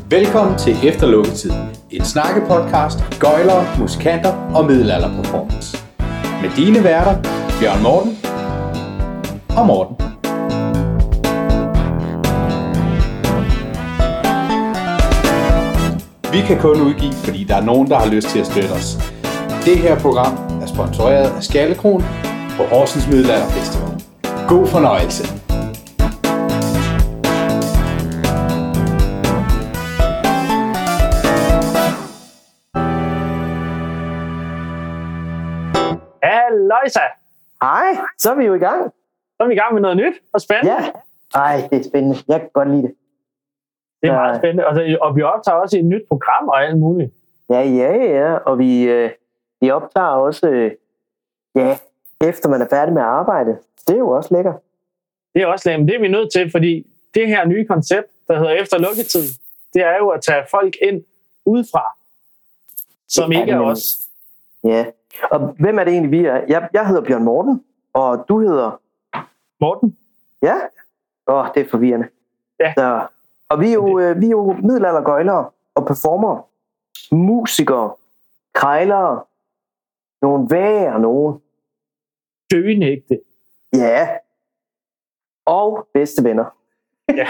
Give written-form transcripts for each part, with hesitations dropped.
Velkommen til Efter Lukketid, en snakkepodcast for gøjlere, musikanter og middelalderperformance. Med dine værter, Bjørn Morten og Morten. Vi kan kun udgive, fordi der er nogen, der har lyst til at støtte os. Det her program er sponsoreret af Skallekron på Horsens Middelalderfestival. God fornøjelse. Halløjsa! Hej, så er vi jo i gang. Så er vi i gang med noget nyt og spændende. Ja. Ej, det er spændende. Jeg kan godt lide det. Det er meget spændende. Og vi optager også et nyt program og alt muligt. Ja. Og vi optager også, efter man er færdig med at arbejde. Det er jo også lækkert. Det er også lækkert. Det er vi nødt til, fordi det her nye koncept, der hedder Efter Lukketid, det er jo at tage folk ind udefra, som ikke er os. Ja. Og hvem er det egentlig, vi er? Jeg hedder Bjørn Morten, og du hedder? Morten. Ja? Det er forvirrende. Ja. Så, og vi er jo middelaldergøjlere og performere, musikere, krejlere, nogle væger, nogle døende ægte. Ja. Og bedste venner. Ja.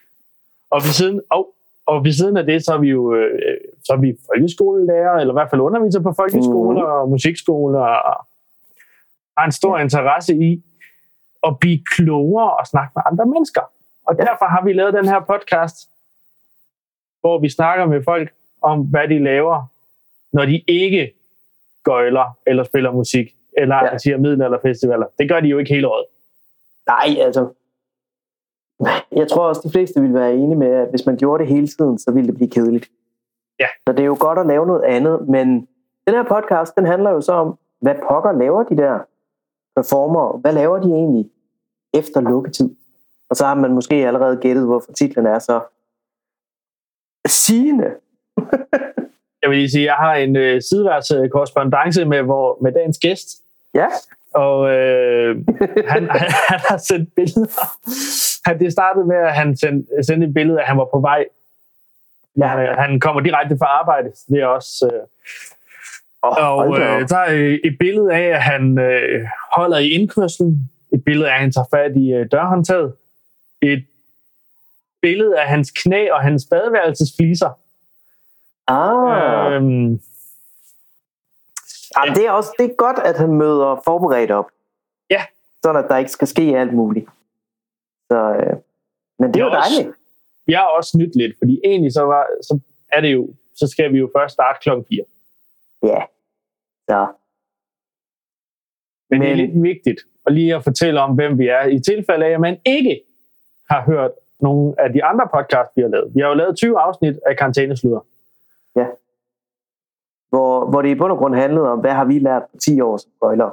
Og ved siden af det, så er vi jo så er vi folkeskolelærer, eller i hvert fald underviser på folkeskoler og musikskoler, og har en stor interesse i at blive klogere og snakke med andre mennesker. Og derfor har vi lavet den her podcast, hvor vi snakker med folk om, hvad de laver, når de ikke gøjler eller spiller musik, eller arrangerer middelalderfestivaler. Det gør de jo ikke hele året. Nej, altså. Jeg tror også, de fleste ville være enige med, at hvis man gjorde det hele tiden, så ville det blive kedeligt. Ja. Så det er jo godt at lave noget andet, men den her podcast, den handler jo så om, hvad pokker laver de der performer? Hvad laver de egentlig efter lukketid? Og så har man måske allerede gættet, hvorfor titlen er så sigende. Jeg vil lige sige, at jeg har en sideværtskorrespondance med dagens gæst. Ja. Og han har sendt billeder. Det startede med, at han sendte et billede, at han var på vej. Ja. Han kommer direkte fra arbejde. Det er også... der er et billede af, at han holder i indkørslen. Et billede af, at han tager fat i dørhåndtaget. Et billede af hans knæ og hans badeværelsesfliser. Det er godt, at han møder forberedt op. Ja. Sådan, at der ikke skal ske alt muligt. Så, men det er jo dejligt. Jeg har også nyt lidt, fordi egentlig så er det jo, så skal vi jo først starte 4:00. Ja. Så. Men det er lidt vigtigt at lige at fortælle om, hvem vi er, i tilfælde af, at man ikke har hørt nogle af de andre podcasts, vi har lavet. Vi har jo lavet 20 afsnit af Karantænesludder. Ja. Hvor det i bund og grund handlede om, hvad har vi lært på 10 år som gøjlere?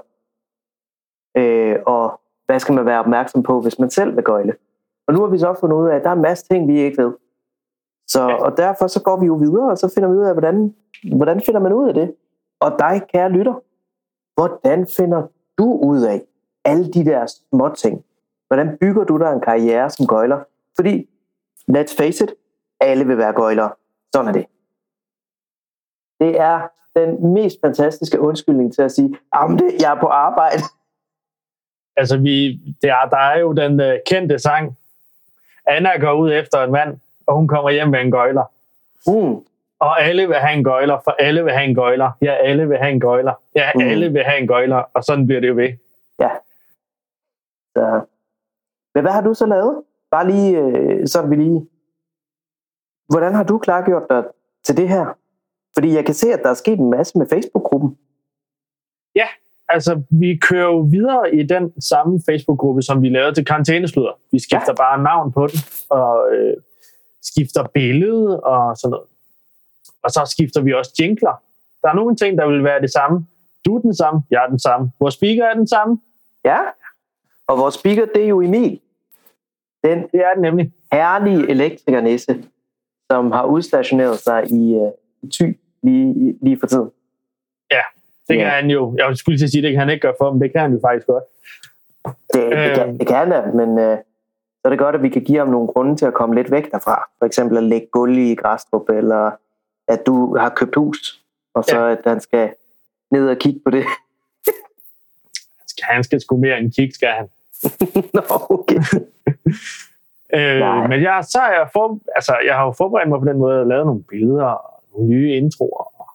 Og hvad skal man være opmærksom på, hvis man selv vil gøjle? Og nu har vi så fundet ud af, at der er en masse ting, vi ikke ved. Og derfor så går vi jo videre, og så finder vi ud af, hvordan finder man ud af det? Og dig, kære lytter, hvordan finder du ud af alle de der små ting? Hvordan bygger du dig en karriere som gøjler? Fordi, let's face it, alle vil være gøjlere. Sådan er det. Det er den mest fantastiske undskyldning til at sige, jeg er på arbejde. Altså, der er jo den kendte sang, Anna går ud efter en mand, og hun kommer hjem med en gøjler. Og alle vil have en gøjler, for alle vil have en gøjler. Ja, alle vil have en gøjler. Ja, alle vil have en gøjler, og sådan bliver det jo ved. Ja. Så. Men hvad har du så lavet? Bare lige, sådan vi lige... Hvordan har du klargjort dig til det her? Fordi jeg kan se, at der er sket en masse med Facebook-gruppen. Ja, altså vi kører jo videre i den samme Facebook-gruppe, som vi lavede til Karantænesludder. Vi skifter bare navn på den, og skifter billede og sådan noget. Og så skifter vi også jingler. Der er nogle ting, der vil være det samme. Du er den samme, jeg er den samme. Vores speaker er den samme. Ja, og vores speaker, det er jo Emil. Det er den nemlig. Herlige elektrikernisse, som har udstationeret sig i Thy lige for tiden. Ja, det kan han jo. Jeg skulle til at sige, det kan han ikke gøre for, men det kan han jo faktisk godt. Det kan han da, men så er det godt, at vi kan give ham nogle grunde til at komme lidt væk derfra. For eksempel at lægge gulv i Græstrup, eller at du har købt hus, og så at han skal ned og kigge på det. Han skal sgu mere end kigge, skal han. Nå, okay. Men jeg har jo forberedt mig på den måde at lave nogle billeder og nogle nye introer.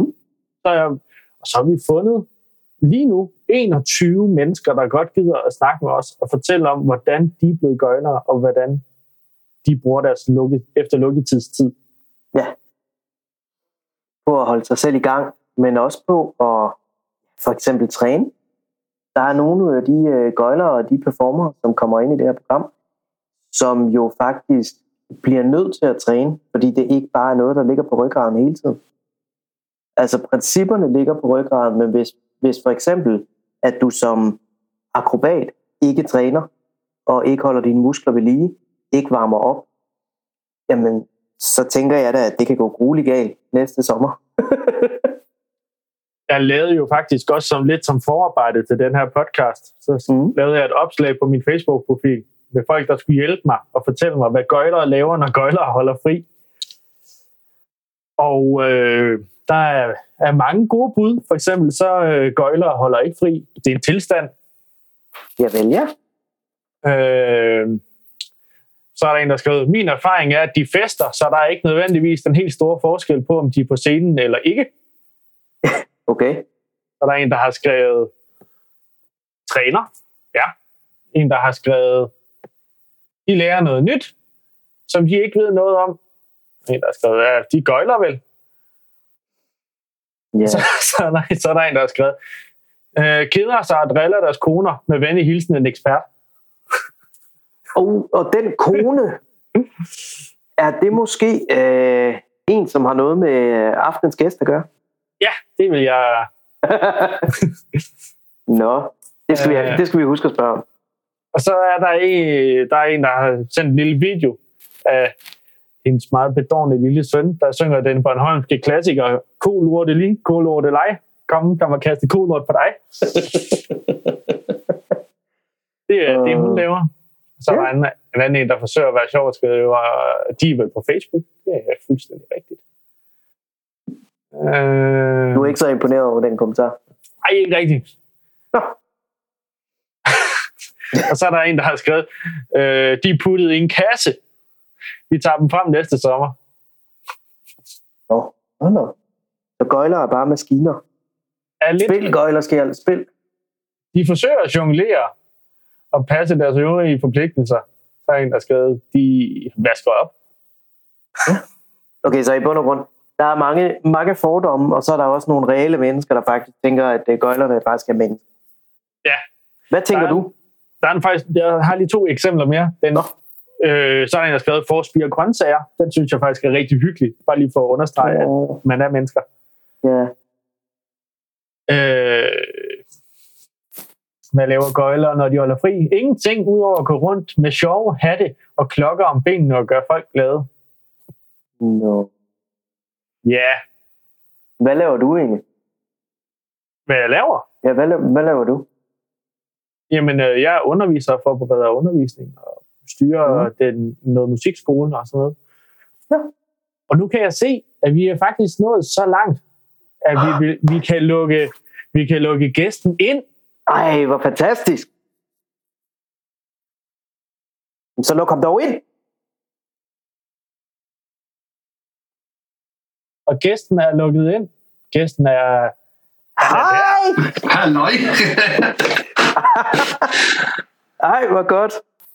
Så har vi fundet lige nu 21 mennesker, der godt gider at snakke med os og fortælle om, hvordan de er blevet gøjlere, og hvordan de bruger deres efter lukketidstid. Ja. På at holde sig selv i gang, men også på at for eksempel træne. Der er nogle af de gøjlere og de performer, som kommer ind i det her program, som jo faktisk bliver nødt til at træne, fordi det ikke bare er noget, der ligger på ryggraden hele tiden. Altså principperne ligger på ryggraden, men hvis for eksempel, at du som akrobat ikke træner, og ikke holder dine muskler ved lige, ikke varmer op, jamen, så tænker jeg da, at det kan gå grueligt galt næste sommer. Jeg lavede jo faktisk også lidt som forarbejde til den her podcast, så lavede jeg et opslag på min Facebook-profil med folk, der skulle hjælpe mig og fortælle mig, hvad gøjlere laver, når gøjlere holder fri. Og der er mange gode bud. For eksempel så gøjlere holder ikke fri. Det er en tilstand. Javel, ja. Så er der en, der skrev, min erfaring er, at de fester, så der er ikke nødvendigvis den helt store forskel på, om de er på scenen eller ikke. Okay. Så er der en, der har skrevet træner. Ja. En, der har skrevet, de lærer noget nyt, som de ikke ved noget om. En, der har skrevet, ja, de gøjler vel. Yeah. Så er der en, der har skrevet, keder sig og driller deres koner med venlig hilsen en ekspert. Og den kone, er det måske en, som har noget med aftenens gæst at gøre? Ja, det vil jeg. Nå, det skal vi huske at spørge om. Og så er der en, der har sendt en lille video af hendes meget bedårende lille søn, der synger den bornholmske klassiker, kolorte lige, kolorte leg. Kom, der må kaste kolort på dig. Det er det, hun laver. Så er der en anden, der forsøger at være sjov og skrive, de er vel på Facebook. Det er fuldstændig rigtigt. Du er ikke så imponeret over den kommentar? Nej, ikke rigtigt. Og så er der en, der har skrevet, de er puttet i en kasse. Vi tager dem frem næste sommer. Nå. Så gøjler er bare maskiner. Spil, gøjler, skal jeg spil. De forsøger at jonglere og passe deres øvrige forpligtelser. Så er en, der har skrevet, de vasker op. Ja. Okay, så i bund og grund, der er mange fordomme, og så er der også nogle reelle mennesker, der faktisk tænker, at gøjlerne faktisk er mennesker. Ja. Hvad tænker du? Jeg har lige 2 eksempler mere. Så er der en, der har skrevet forspire grøntsager. Den synes jeg faktisk er rigtig hyggelig. Bare lige for at understrege, at man er mennesker. Ja. Hvad laver gøjlere, når de holder fri? Ingenting udover at gå rundt med sjove hatte og klokker om benene og gøre folk glade. No. Ja. Hvad laver du egentlig? Hvad jeg laver? Ja, hvad laver du? Jamen, jeg er underviser og forbereder undervisning og styrer noget musikskole og sådan noget. Ja. Og nu kan jeg se, at vi er faktisk nået så langt, at vi kan lukke gæsten ind. Ej, hvor fantastisk. Så luk ham dog ind. Og gæsten er lukket ind. Gæsten er... Hej! Halløj! Ej, hvor godt.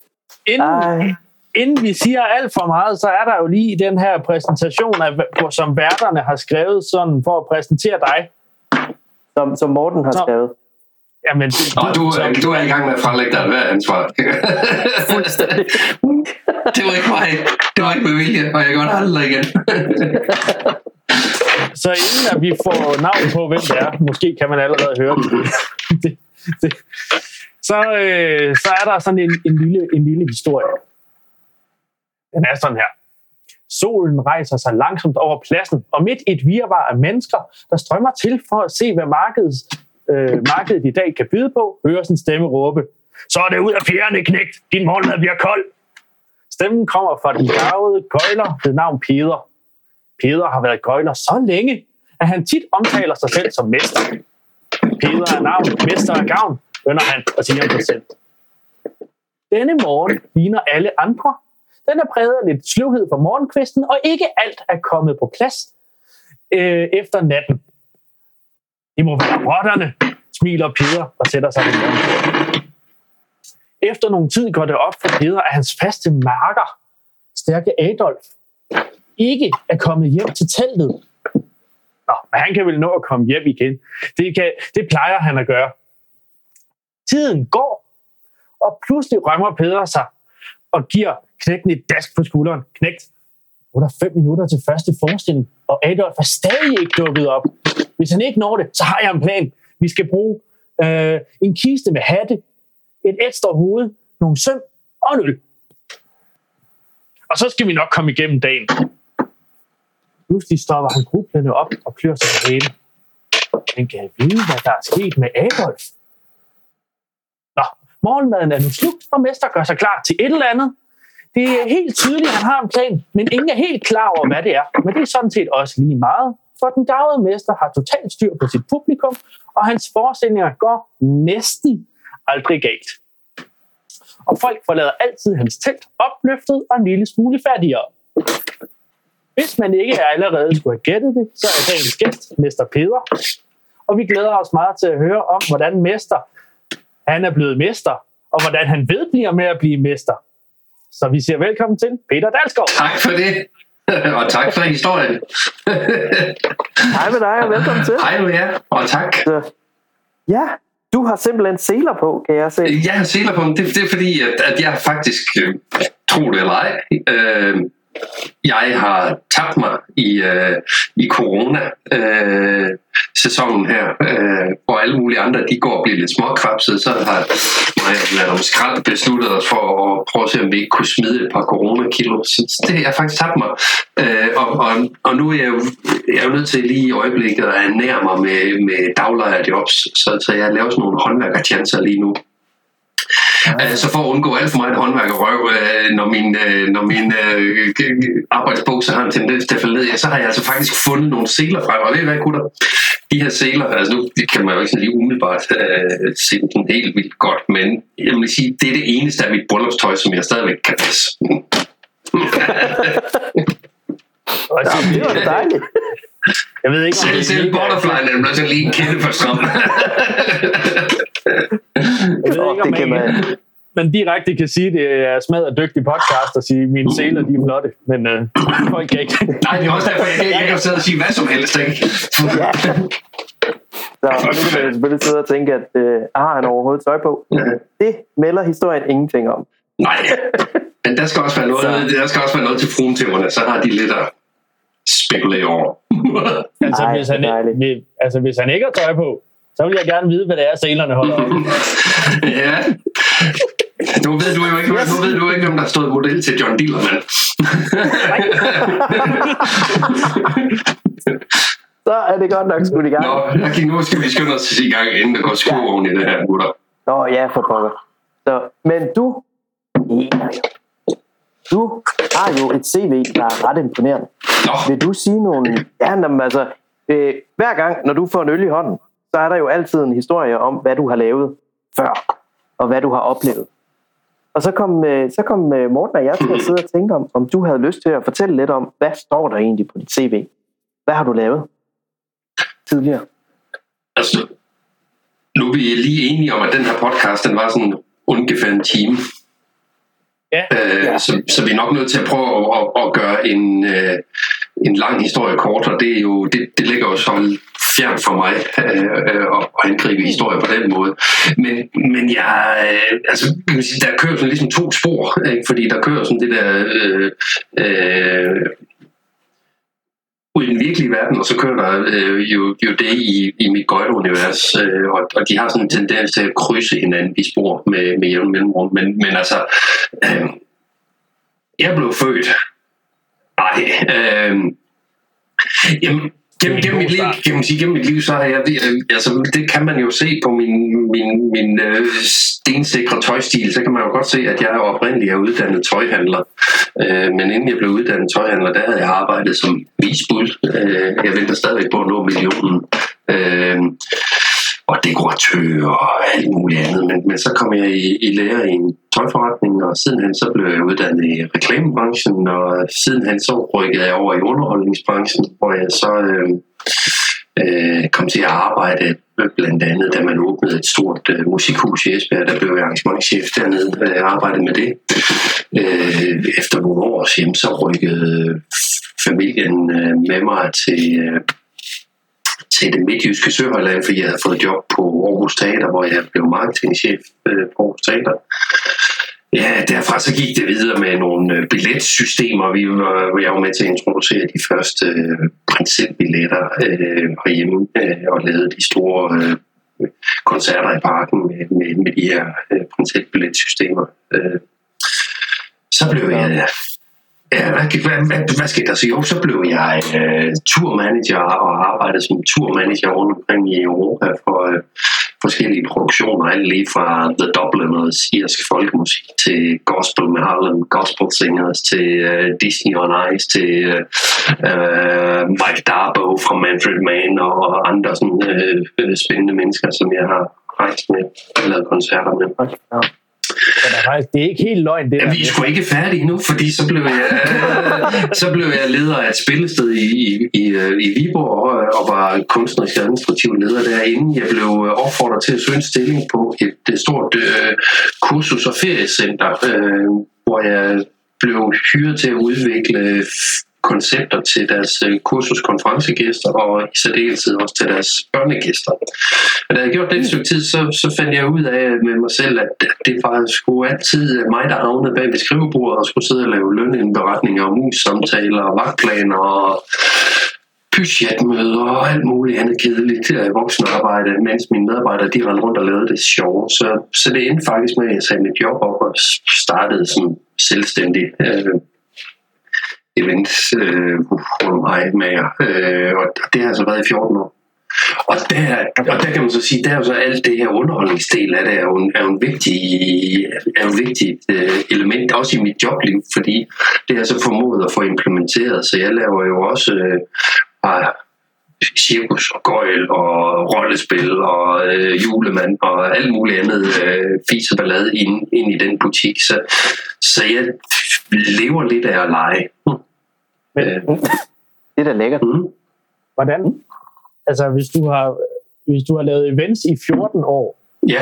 Inden vi siger alt for meget, så er der jo lige den her præsentation, som værterne har skrevet sådan for at præsentere dig. Som Morten har skrevet. Jamen, du er i gang med at fralægge dig hver ansvar. Fuldstændig. Det var ikke mig. Det var ikke med vilje, og jeg kan godt holde dig igen. Så inden at vi får navn på, hvem det er, måske kan man allerede høre det. Så er der sådan en lille historie. Den er sådan her. Solen rejser sig langsomt over pladsen, og midt i et virvar af mennesker, der strømmer til for at se, hvad markedet i dag kan byde på, høres en stemme råbe. Så er det ud af fjerne, knægt. Din morgenmad bliver kold. Stemmen kommer fra den garvede gøjler ved navn Peder. Peder har været gøjler så længe, at han tit omtaler sig selv som mester. Peder er navn, mester af gavn, bønner han og siger om sig selv. Denne morgen ligner alle andre. Den er præget af lidt sløvhed for morgenkvisten, og ikke alt er kommet på plads efter natten. Det må være rotterne, smiler Peder og sætter sig ved morgenbordet. Efter nogen tid går det op for Peder, at hans faste marker, stærke Adolf, ikke er kommet hjem til teltet. Nå, men han kan vel nå at komme hjem igen. Det plejer han at gøre. Tiden går, og pludselig rømmer Peder sig og giver knægten et dask på skulderen. Knægt, nu er der 5 minutter til første forestilling, og Adolf er stadig ikke dukket op. Hvis han ikke når det, så har jeg en plan. Vi skal bruge en kiste med hatte, et ekstra hoved, nogle søm og en øl. Og så skal vi nok komme igennem dagen. Pludselig stopper han grublende op og klør sig på hælen. Men kan jeg vide, hvad der er sket med Adolf? Nå, morgenmaden er nu slut, og mester gør sig klar til et eller andet. Det er helt tydeligt, at han har en plan, men ingen er helt klar over, hvad det er. Men det er sådan set også lige meget, for den garvede mester har totalt styr på sit publikum, og hans forestillinger går næsten aldrig galt. Og folk forlader altid hans telt opløftet og en lille smule fattigere. Hvis man ikke allerede skulle have gættet det, så er dagens gæst Mester Peder. Og vi glæder os meget til at høre om, hvordan mester han er blevet mester, og hvordan han vedbliver med at blive mester. Så vi siger velkommen til Peter Dalsgaard. Tak for det, og tak for historien. Hej med dig, og velkommen til. Hej med jer, og tak. Ja, du har simpelthen seler på, kan jeg se. Jeg har seler på, det er fordi, at jeg faktisk, tro det eller ej, jeg har tabt mig i corona-sæsonen her, hvor alle mulige andre, de går og bliver lidt småkvapset, så har jeg om skrald besluttet os for at prøve at se, om vi ikke kunne smide et par coronakilo. Så det har jeg faktisk tabt mig. Og nu er jeg jo nødt til lige i øjeblikket at ernære mig med daglejrjobs, så jeg laver sådan nogle håndværkertjanser lige nu. Så for at undgå alt for meget håndværkerrøv, når min arbejdsbukser har en tendens til at falde ned, så har jeg altså faktisk fundet nogle seler frem. Og ved I hvad, gutter? De her seler, altså nu kan man jo ikke sådan lige umiddelbart se dem helt vildt godt, men jeg vil sige, det er det eneste af mit bryllupstøj, som jeg stadigvæk kan passe. Det var dejligt. Jeg ved ikke, om selv butterflyen, den bliver sådan lige en kende for sådan. Jeg ved ikke, om man direkte kan sige, at det er smadret dygtig podcast at sige, at mine seler, de er flotte, men folk kan ikke. Nej, det er også derfor, jeg kan sidde og sige hvad som helst, ikke? Ja. Så nu kan man selvfølgelig sidde og tænke, at har han overhovedet tøj på? Det melder historien ingenting om. Nej, men der skal også være noget til fruentæmmerne, så har de lidt at spekulere over. Hvis han ikke har tøj på, så vil jeg gerne vide, hvad det er, selerne holder op. Ja. Nu ved du ikke, om der stod model til John Dillermand. Så er det godt nok skudt i gang. Nu skal vi skynde os i gang, inden der går skruer oven i det her, gutter. Ja, for pokker. Men du har jo et CV, der er ret imponerende. Vil du sige nogle... hver gang, når du får en øl i hånden, så er der jo altid en historie om, hvad du har lavet før, og hvad du har oplevet. Og så kom Morten og jeg til at sidde og tænke om du havde lyst til at fortælle lidt om, hvad står der egentlig på dit CV? Hvad har du lavet tidligere? Altså, nu er vi lige enige om, at den her podcast, den var sådan ungefær en time. Ja. Så vi er nok nødt til at prøve at gøre en lang historie kort, og det er jo det ligger jo så fjernt for mig at angribe historie på den måde. Men jeg kan sige, der kører sådan ligesom 2 spor, ikke? Fordi der kører sådan det der ud i den virkelige verden, og så kører der jo det i mit gøjleunivers, og de har sådan en tendens til at krydse hinanden i spor med jævn mellemrum. Men altså, jeg blev født. Jamen, Gennem mit liv, så har jeg, altså det kan man jo se på min stensikre tøjstil, så kan man jo godt se, at jeg oprindeligt er uddannet tøjhandler. Men inden jeg blev uddannet tøjhandler, der havde jeg arbejdet som visbud. Jeg venter stadigvæk på at nå millionen. Og dekoratør og alt muligt andet. Men så kom jeg i lære i en tøjforretning, og sidenhen så blev jeg uddannet i reklamebranchen, og sidenhen så rykkede jeg over i underholdningsbranchen, hvor jeg så kom til at arbejde blandt andet, da man åbnede et stort musikhus i Esbjerg. Der blev jeg arrangementschef dernede, og jeg arbejdede med det. Efter nogle år så rykkede familien med mig til det midtjyske Søhøjland, fordi jeg havde fået job på Aarhus Teater, hvor jeg blev marketingchef på Aarhus Teater. Ja, derfra så gik det videre med nogle billetsystemer. Jeg var med til at introducere de første principbilletter herhjemme og lavede de store koncerter i parken med de her principbilletsystemer. Så blev jeg... Ja, hvad skete der så? Jo, så blev jeg turmanager og arbejdede som turmanager rundt omkring i Europa for forskellige produktioner, alt lige fra The Dubliners, irsk folkemusik, til gospel med Harlem Gospel Singers, til Disney on Ice, til Mike Darbo fra Manfred Mann og andre sådan, spændende mennesker, som jeg har rejst med og lavet koncerter med. Det er ikke helt løgn, det. Ja, vi er sgu ikke færdige nu, fordi så blev jeg leder af et spillested i Viborg og var kunstnerisk administrativ leder derinde. Jeg blev opfordret til at søge en stilling på et stort kursus- og feriecenter, hvor jeg blev hyret til at udvikle koncepter til deres kursuskonferencegæster og i særdeleshed også til deres børnegæster. Og da jeg gjorde det et stykke tid, så fandt jeg ud af med mig selv, at det var sgu altid mig, der havnede bag ved skrivebordet og skulle sidde og lave lønindberetninger og mus-samtaler og vagtplaner og budgetmøder og alt muligt andet kedeligt voksenarbejde, mens mine medarbejdere de rendte rundt og lavede det sjove. Så det endte faktisk med, at jeg sagde mit job op og startede som selvstændig events med og det har altså været i 14 år. Og der kan man så sige, der er jo så alt det her underholdningsdel af det er jo en vigtig element også i mit jobliv, fordi det er så formået at få implementeret, så jeg laver jo også cirkus og gøjl og rollespil og julemand og alt muligt andet fis og ballade ind i den butik, så jeg lever lidt af at lege. Det er da lækkert. Hvordan? Altså, hvis du har lavet events i 14 år, ja,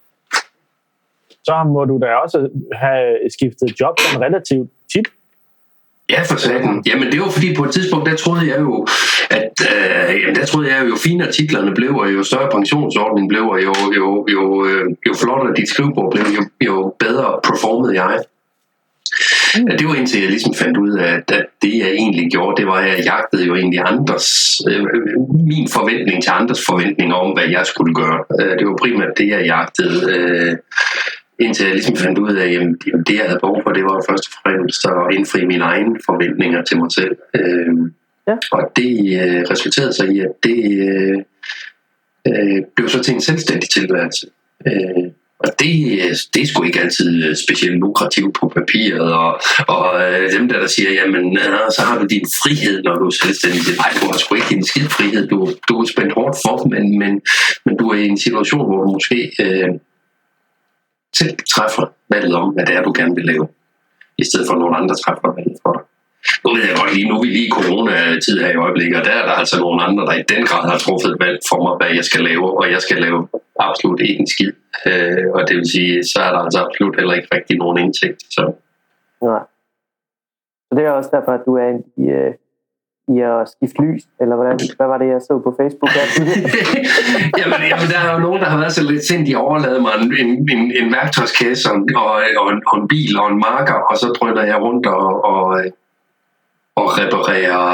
så må du da også have skiftet job sådan relativt tit. Ja, for satan. Jamen, det var fordi på et tidspunkt, der troede jeg jo, at jo finere titlerne blev, og jo større pensionsordning blev, og jo flottere dit skrivebord blev, jo bedre performede jeg. Det var indtil jeg ligesom fandt ud af, at det jeg egentlig gjorde, det var, at jeg jagtede jo egentlig min forventning til andres forventninger om, hvad jeg skulle gøre. Det var primært det, jeg jagtede, indtil jeg ligesom fandt ud af, at det jeg havde behov for, det var først og fremmest at indfri mine egne forventninger til mig selv. Ja. Og det resulterede sig i, at det blev så til en selvstændig tilværelse. Og det er sgu ikke altid specielt lukrativt på papiret, og dem der siger, jamen, så har du din frihed, når du er selvstændig. Nej, du har sgu ikke din skid frihed, du er spændt hårdt for, men du er i en situation, hvor du måske selv træffer valget om, hvad det er, du gerne vil lave, i stedet for at nogle andre træffer valget for dig. Nu ved jeg godt nu er vi lige i coronatid her i øjeblikket, og der er der altså nogle andre, der i den grad har truffet et valg for mig, hvad jeg skal lave, og jeg skal lave absolut ikke en skid. Og det vil sige, så er der altså absolut heller ikke rigtig nogen indtægt. Så. Nej. Så det er også derfor, at du er i at skifte lys, eller hvad var det, jeg så på Facebook? jamen, der er jo nogen, der har været så lidt sindssygt overladet mig en værktøjskasse og en bil og en marker, og så drøner jeg rundt og reparerer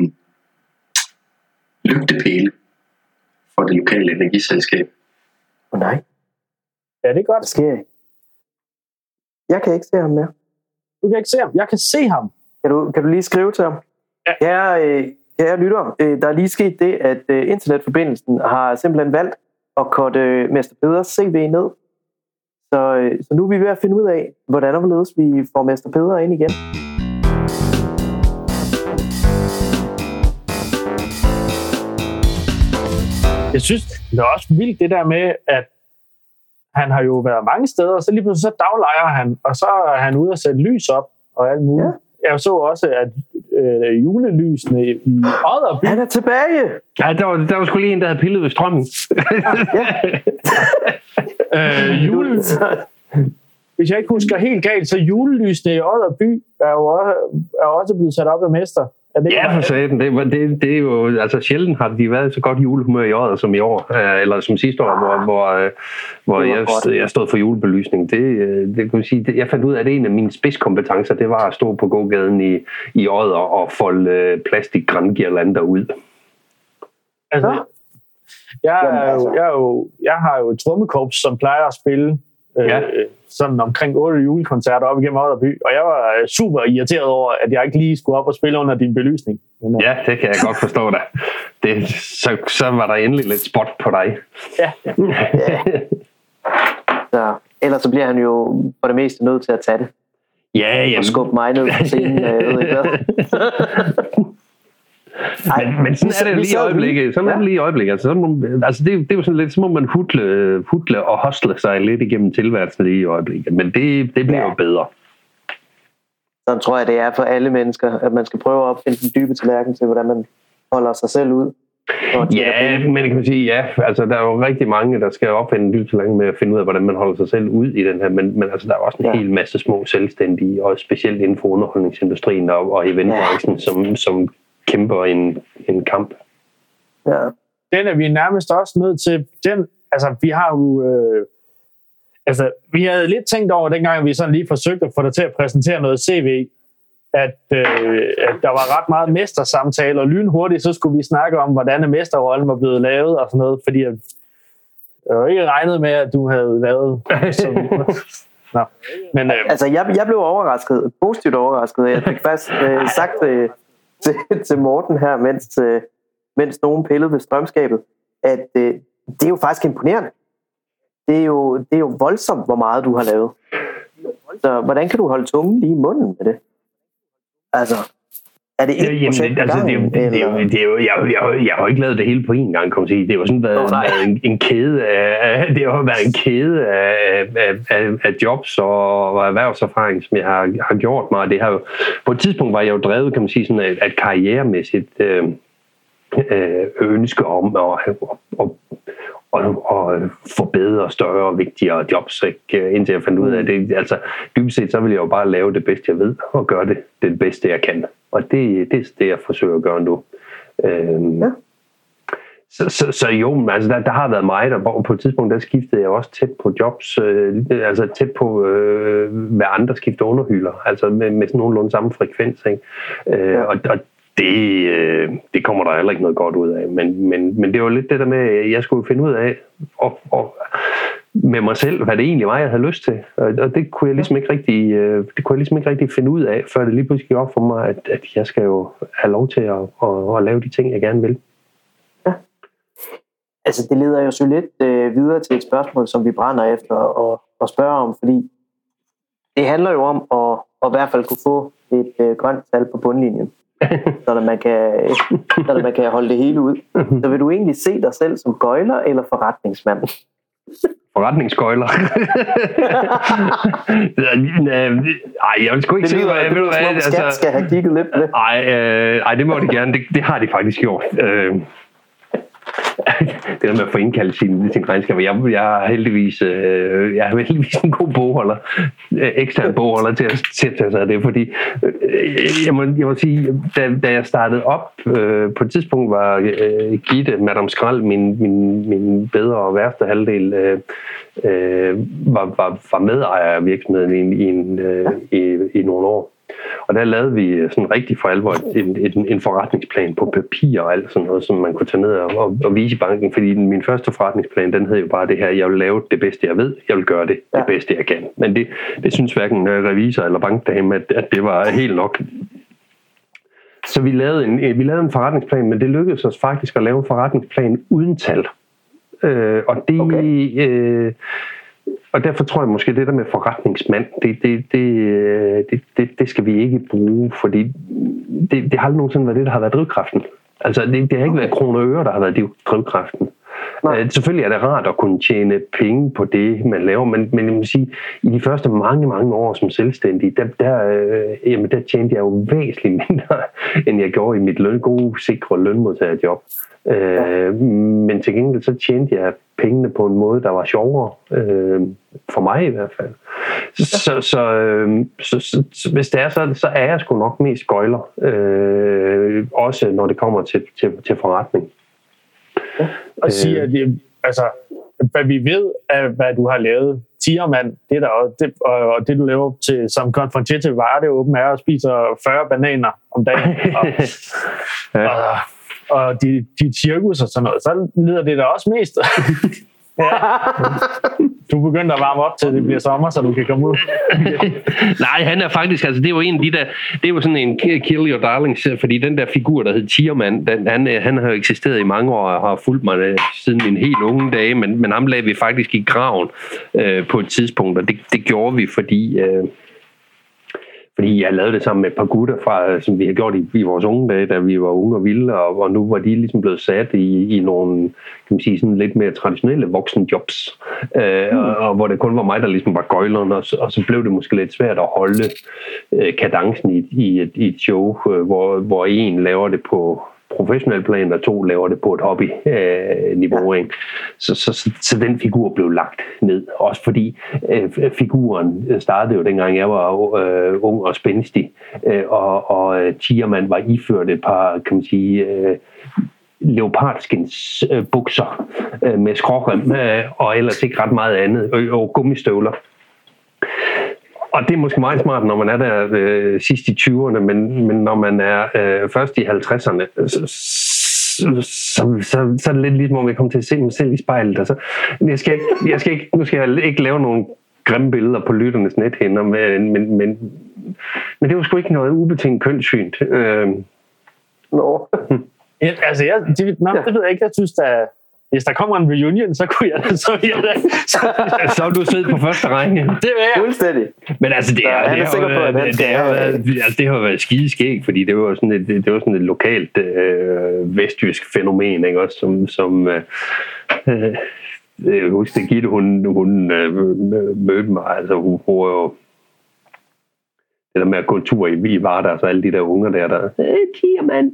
lygtepæle for det lokale energiselskab. Nej. Ja, det er godt. Det sker ikke. Jeg kan ikke se ham mere. Du kan ikke se ham. Jeg kan se ham. Kan du lige skrive til ham? Ja. Kære lytter, der er lige sket det, at internetforbindelsen har simpelthen valgt at korte Mester Peders CV ned. Så nu er vi ved at finde ud af, hvordan og hvorledes vi får Mester Peder ind igen. Jeg synes, det er også vildt det der med, at han har jo været mange steder, og så lige pludselig så daglejer han, og så er han ude og sætte lys op og alt muligt. Ja. Jeg så også, at julelysene i Odderby... Han er tilbage! Ja, der var sgu lige en, der havde pillet ved strømmen. Hvis jeg ikke husker helt galt, så julelysene i Odderby er også blevet sat op af Mester. Ja, for satan. Det er jo, altså sjældent har de været så godt julehumør i Odder som i år, eller som sidste år, hvor jeg stod for julebelysning. Det kan man sige, jeg fandt ud af, at en af mine spidskompetencer, det var at stå på gågaden i Odder og folde plastikgrængirlander ud. Altså, jeg har jo et trommekorps, som plejer at spille sådan omkring 8 julekoncerter op igennem Odderby, og jeg var super irriteret over, at jeg ikke lige skulle op og spille under din belysning. Ja, det kan jeg godt forstå dig. Så var der endelig lidt spot på dig. Ja. Så, ellers så bliver han jo for det meste nødt til at tage det. Ja. Og skubbe mig ned på scenen. Men sådan er det lige i øjeblikket. Sådan er det lige i øjeblikket. Altså, det er jo sådan lidt, så må man hudle og hostle sig lidt igennem tilværelsen lige i øjeblikket. Men det bliver jo bedre. Sådan tror jeg, det er for alle mennesker, at man skal prøve at opfinde den dybe tallerken til, hvordan man holder sig selv ud. Ja, men kan man sige, altså der er jo rigtig mange, der skal opfinde en dybe tallerken med at finde ud af, hvordan man holder sig selv ud i den her. Men altså, der er også en hel masse små selvstændige, og specielt inden for underholdningsindustrien og eventbranchen, som kæmper en kamp. Ja. Den er vi nærmest også nødt til. Vi har jo... vi havde lidt tænkt over, dengang vi sådan lige forsøgte at få dig til at præsentere noget CV, at der var ret meget mestersamtale, og lynhurtigt så skulle vi snakke om, hvordan mesterrollen var blevet lavet og sådan noget, fordi jeg jo ikke regnet med, at du havde lavet sådan. Nå. Men, altså, jeg blev overrasket, positivt overrasket. Jeg fik faktisk sagt til Morten her, mens nogen pillede ved strømskabet, at det er jo faktisk imponerende. Det er jo voldsomt, hvor meget du har lavet. Så hvordan kan du holde tungen lige i munden med det? Altså, er det et projekt altså, jeg har jo ikke lavet det hele på én gang, kan man sige. Det har jo sådan været en kæde af, det har været en kæde af jobs og erhvervserfaring, som jeg har gjort mig. Det har jo, på et tidspunkt var jeg jo drevet, kan man sige, sådan et karrieremæssigt ønske om at få bedre, større og vigtigere jobs, ikke? Indtil jeg fandt ud af det. Altså, dybest set, så vil jeg jo bare lave det bedste, jeg ved, og gøre det bedste, jeg kan. Og det er det, jeg forsøger at gøre nu. Så jo, altså der har været mig, der på et tidspunkt, der skiftede jeg også tæt på jobs, altså tæt på, hvad andre skifter underhylder, altså med sådan nogenlunde samme frekvens, ikke? Og det kommer der heller ikke noget godt ud af, men det var lidt det der med, at jeg skulle finde ud af og med mig selv, hvad det egentlig var, jeg havde lyst til, og det kunne jeg ligesom ikke rigtig finde ud af, før det lige pludselig gik op for mig, at jeg skal jo have lov til at lave de ting, jeg gerne vil. Ja. Altså det leder jo så lidt videre til et spørgsmål, som vi brænder efter at spørge om, fordi det handler jo om at i hvert fald kunne få et grønt tal på bundlinjen. Så man kan holde det hele ud. Så vil du egentlig se dig selv som gøjler eller forretningsmand? Forretningsgøjler. Jeg vil sgu ikke sige, hvad skat skal have kigget lidt på det. Nej, det må de gerne. Det har de faktisk gjort. Det der med at få indkaldt sin regnskab. Jeg er heldigvis en god bogholder, ekstern bogholder til at tage sig af det, fordi jeg må sige, da jeg startede op, på et tidspunkt var Gitte, Madame Skrald, min bedre og værste halvdel, var medejer af virksomheden i nogle år. Og der lavede vi sådan rigtig for alvor en forretningsplan på papir og alt sådan noget, som man kunne tage ned og vise i banken. Fordi min første forretningsplan, den hed jo bare det her: jeg vil lave det bedste, jeg ved. Jeg vil gøre det bedste, jeg kan. Men det synes hverken revisor eller bankdame, at det var helt nok. Så vi lavede en forretningsplan, men det lykkedes os faktisk at lave en forretningsplan uden tal. Og derfor tror jeg måske, det der med forretningsmand, det skal vi ikke bruge, fordi det har aldrig nogensinde været det, der har været drivkraften. Altså, det har ikke været kroner og øre, der har været drivkraften. Selvfølgelig er det rart at kunne tjene penge på det, man laver, men jeg må sige, i de første mange år som selvstændig, der tjente jeg jo væsentligt mindre, end jeg gjorde i mit gode, sikre lønmodtagerjob. Men til gengæld så tjente jeg pengene på en måde, der var sjovere, for mig i hvert fald. Så hvis det er så er jeg sgu nok mest gøjler, også når det kommer til forretning. Og sige, at hvad vi ved af, hvad du har lavet, Tiermand, det der og det du laver til som confrontative varer, det åben er og spiser 40 bananer om dagen. Og dit cirkus og sådan noget, så lyder det da også mest. Ja. Du begynder at varme op til, det bliver sommer, så du kan komme ud. Nej, han er faktisk, altså det er jo en af de der, det er jo sådan en kill your darlings, fordi den der figur, der hed Tiermand, han har jo eksisteret i mange år og har fulgt mig siden mine helt unge dage, men ham lagde vi faktisk i graven på et tidspunkt, og det gjorde vi, fordi jeg lavede det sammen med et par gutter, som vi har gjort i vores unge dage, da vi var unge og vilde, og nu var de ligesom blevet sat i nogle, kan man sige, sådan lidt mere traditionelle voksenjobs, og hvor det kun var mig, der ligesom var gøjleren, og så blev det måske lidt svært at holde kadencen i et show, hvor en laver det på professionel plan, og 2 laver det på et hobby-niveau. Så den figur blev lagt ned. Også fordi figuren startede jo dengang jeg var ung og spændstig, og Tiermand var iført et par, kan man sige, leopardskins bukser med skrårem og ellers ikke ret meget andet, og gummistøvler. Og det er måske meget smart, når man er der sidst i 20'erne, men når man er først i 50'erne, så er det lidt ligesom, om jeg kommer til at se mig selv i spejlet. Altså, nu skal jeg ikke lave nogle grimme billeder på lytternes nethinder, men det var sgu ikke noget ubetinget kønssyn. Altså, det ved jeg ikke. Jeg synes, hvis der kommer en reunion, så kunne jeg da. Så du siddet på første række. Det vil jeg. Fuldstændig. Men altså, det har været skideskægt, fordi det var sådan et lokalt vestjysk fænomen, ikke også, som jeg husker, at Gitte, hun mødte mig, altså hun jo det der med at gå en tur i Varder, så alle de der unger der Tiermand.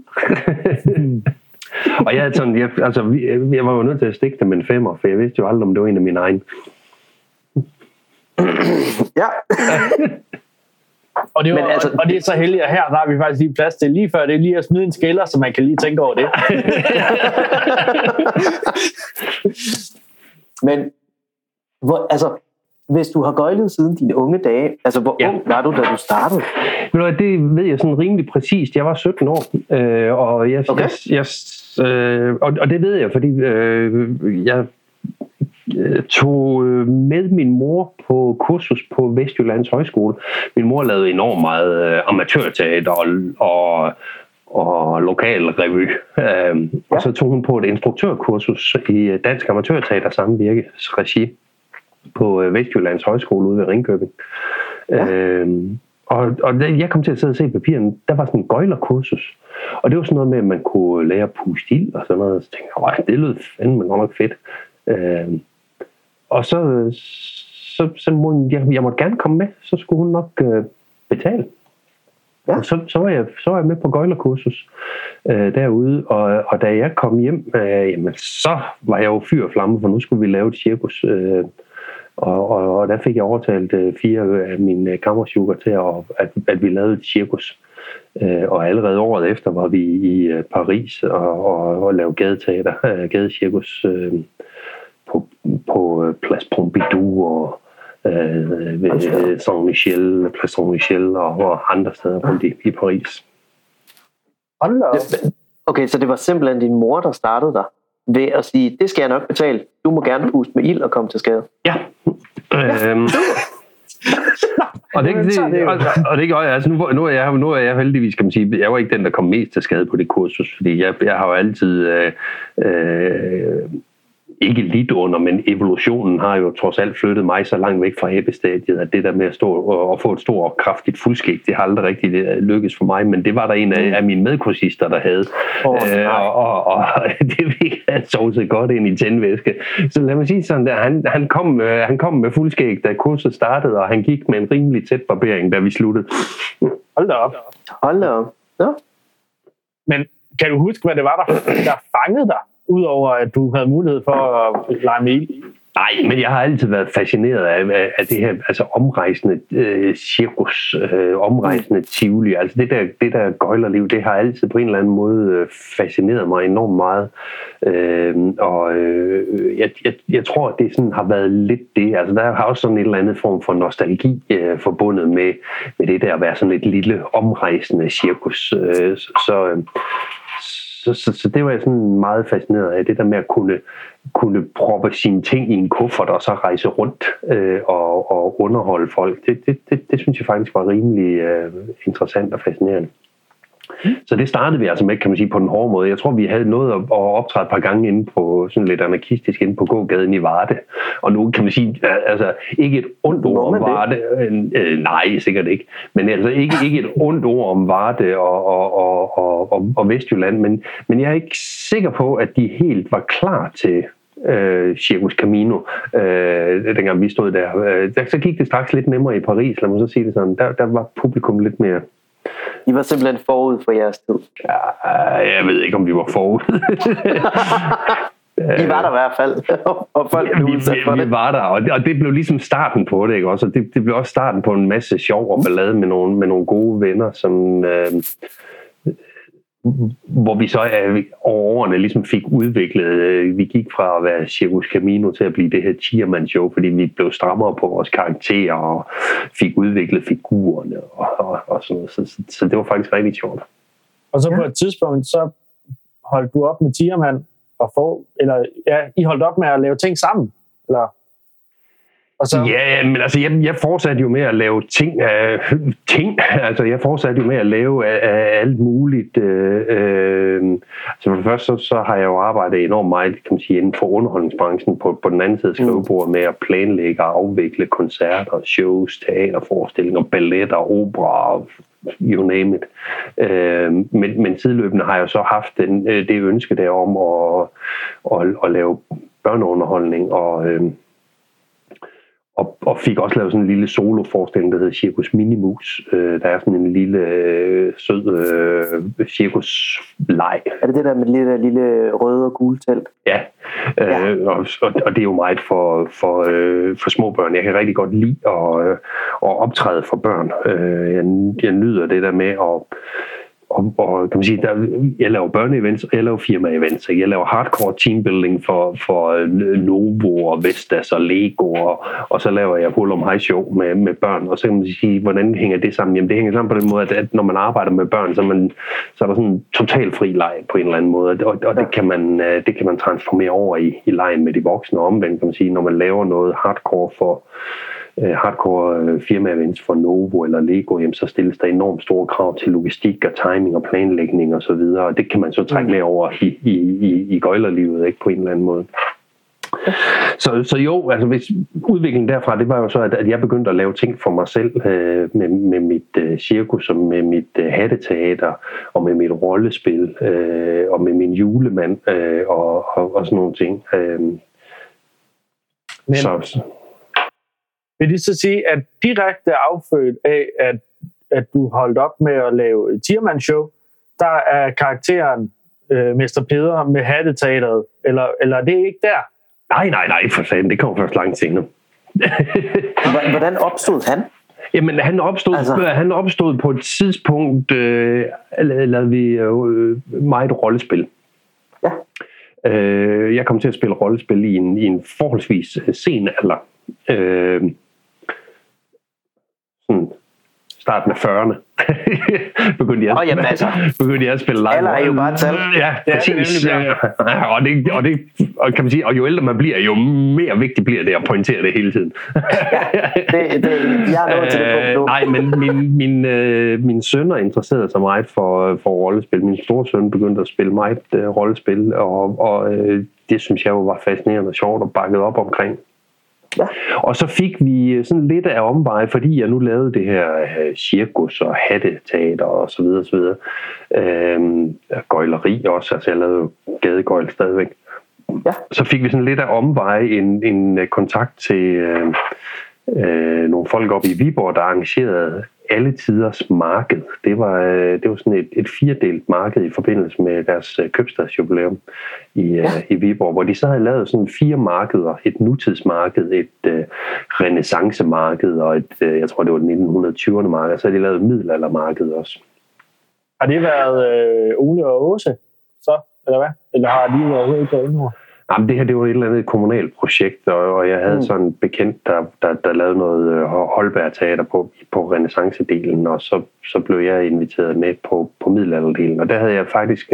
Og jeg var jo nødt til at stikke dem en 5'er, for jeg vidste jo aldrig, om det var en af mine egne. Ja. Og det er så heldigt, at her der har vi faktisk lige plads til, lige før det er lige at smide en skiller, så man kan lige tænke over det. Men hvis du har gøjlet siden dine unge dage, altså hvor ung var du, da du startede? Det ved jeg sådan rimelig præcist. Jeg var 17 år, og det ved jeg, fordi jeg tog med min mor på kursus på Vestjyllands Højskole. Min mor lavede enormt meget amatørteater og lokal revy. Og så tog hun på et instruktørkursus i Dansk Amatørteater Samvirkes regi på Vestjyllands Højskole ude ved Ringkøbing. Og da jeg kom til at sidde og se papirerne, der var sådan en gøjlerkursus. Og det var sådan noget med, at man kunne lære at puste ild og sådan noget. Så tænkte jeg, det lød fandme nok fedt. Og så jeg måtte gerne komme med, så skulle hun nok betale. Ja. Og så var jeg med på gøjlerkursus derude, og da jeg kom hjem, jamen, så var jeg jo fyr og flamme, for nu skulle vi lave et cirkus. Og der fik jeg overtalt 4 af mine kammersugar til, at vi lavede et cirkus. Og allerede året efter var vi i Paris og lavede gadecirkus på Place Pompidou og Saint-Michel, Place Saint-Michel og andre steder rundt i Paris. Okay, så det var simpelthen din mor, der startede der ved at sige, det skal jeg nok betale. Du må gerne puste med ild og komme til skade. Ja. Og det gør jeg. Altså nu er jeg heldigvis, kan man sige, jeg var ikke den, der kom mest til skade på det kursus, fordi jeg har jo altid ikke lidt under, men evolutionen har jo trods alt flyttet mig så langt væk fra æbbestadiet, at det der med at stå og få et stort og kraftigt fuldskæg, det har aldrig rigtig lykkes for mig, men det var der en af mine medkursister, der havde. Og det fik han sovset godt ind i tændvæske. Så lad mig sige sådan der, han kom med fuldskæg, da kurset startede, og han gik med en rimelig tæt barbering, da vi sluttede. Hold da op. Ja. Men kan du huske, hvad det var, der fangede dig? Udover at du havde mulighed for at lege med ild? Nej, men jeg har altid været fascineret af det her, altså omrejsende cirkus, omrejsende tivoli. Altså det der gøjlerliv, det har altid på en eller anden måde fascineret mig enormt meget. Jeg tror, at det sådan har været lidt det. Altså der har også sådan en eller anden form for nostalgi forbundet med det der at være sådan et lille omrejsende cirkus. Så det var jeg sådan meget fascineret af, det der med at kunne proppe sine ting i en kuffert og så rejse rundt og underholde folk. Det synes jeg faktisk var rimelig interessant og fascinerende. Så det startede vi altså med, kan man sige, på den hårde måde. Jeg tror, vi havde nået at optræde et par gange inde på sådan lidt anarkistisk inde på gågaden i Varde. Og nu kan man sige, altså ikke et ondt ord om Varde. Nej, sikkert ikke. Men altså ikke et ondt ord om Varde og Vestjylland. Men jeg er ikke sikker på, at de helt var klar til Circus Camino, dengang vi stod der. Så gik det straks lidt nemmere i Paris, lad mig så sige det sådan. Der var publikum lidt mere. I var simpelthen forud for jeres tid. Ja, jeg ved ikke, om vi var forud. I var der i hvert fald, og folk blev udsat for det. Vi var der, og det blev ligesom starten på det, ikke også? Og det blev også starten på en masse sjov og ballade med nogle gode venner, som hvor vi så over årene ligesom fik udviklet, vi gik fra at være Circus Camino til at blive det her Tierman-show, fordi vi blev strammere på vores karakterer og fik udviklet figurerne og sådan noget. Så det var faktisk rigtig sjovt. Og så på et tidspunkt, så holdt du op med Tierman I holdt op med at lave ting sammen, eller? Ja, men altså jeg fortsatte jo med at lave ting. Altså jeg fortsatte jo med at lave alt muligt. Så for det første så har jeg jo arbejdet enormt meget, kan man sige, inden for underholdningsbranchen på den anden side af skrivebordet med at planlægge og afvikle koncerter, shows, teaterforestillinger, balletter, opera, you name it. Men sideløbende har jeg jo så haft det ønske derom at lave børneunderholdning og fik også lavet sådan en lille soloforestilling, der hedder Circus Minimus. Der er sådan en lille sød cirkusleg. Er det der med det lille røde og gule telt? Ja, og det er jo meget for små børn. Jeg kan rigtig godt lide at optræde for børn. Jeg nyder det der med og kan man sige, jeg laver børneevents, og jeg laver firma-events. Jeg laver hardcore teambuilding for Novo og Vestas og Lego, og så laver jeg Hul om High Show med børn. Og så kan man sige, hvordan hænger det sammen? Jamen det hænger sammen på den måde, at når man arbejder med børn, så er der sådan en total fri leg på en eller anden måde. Og det kan man transformere over i lejen med de voksne, og omvendt kan man sige, når man laver noget hardcore firma-events for Novo eller Lego, jamen, så stilles der enormt store krav til logistik og timing og planlægning og så videre, og det kan man så trække med over i gøjlerlivet, ikke, på en eller anden måde. Så jo, altså hvis udviklingen derfra, det var jo så, at jeg begyndte at lave ting for mig selv med mit cirkus og med mit hatteteater og med mit rollespil og med min julemand og sådan nogle ting. Vil det så sige, at direkte affødt af, at du holdt op med at lave et Tierman-show, der er karakteren Mester Peder med hatteteateret, eller det er ikke der? Nej, for fanden, det kommer først langt senere. Hvordan opstod han? Jamen, han opstod på et tidspunkt, lavede vi meget rollespil. Ja. Jeg kom til at spille rollespil i en forholdsvis sen alder. starten af 40'erne. begyndte jeg at spille live. Alder er jo bare et tal. Ja, præcis. Og kan man sige, og jo ældre man bliver, jo mere vigtigt bliver det at pointere det hele tiden. Jeg er nået til det punkt. Nej, men min sønner interesserede sig meget for rollespil. Min store søn begyndte at spille meget rollespil, og det synes jeg jo var fascinerende og sjovt og bakket op omkring. Ja. Og så fik vi sådan lidt af omveje, fordi jeg nu lavede det her cirkus og hatteteater og så videre. Gøjleri også, altså jeg lavede gadegøjl stadigvæk. Ja. Så fik vi sådan lidt af omveje en kontakt til nogle folk oppe i Viborg, der arrangerede alle tiders marked. Det var sådan et 4-delt marked i forbindelse med deres købstadsjubilæum i Viborg, hvor de så havde lavet sådan 4 markeder. Et nutidsmarked, et renæssancemarked og et, jeg tror det var 1920'erne marked. Så havde de lavet et middelaldermarked også. Har det været Ole og Åse så, eller hvad? Eller har de været ikke været over? Jamen, det her det var et eller andet kommunalt projekt, og jeg havde sådan en bekendt, der lavede noget Holberg Teater på renæssancedelen, og så blev jeg inviteret med på middelalderdelen. Og der havde jeg faktisk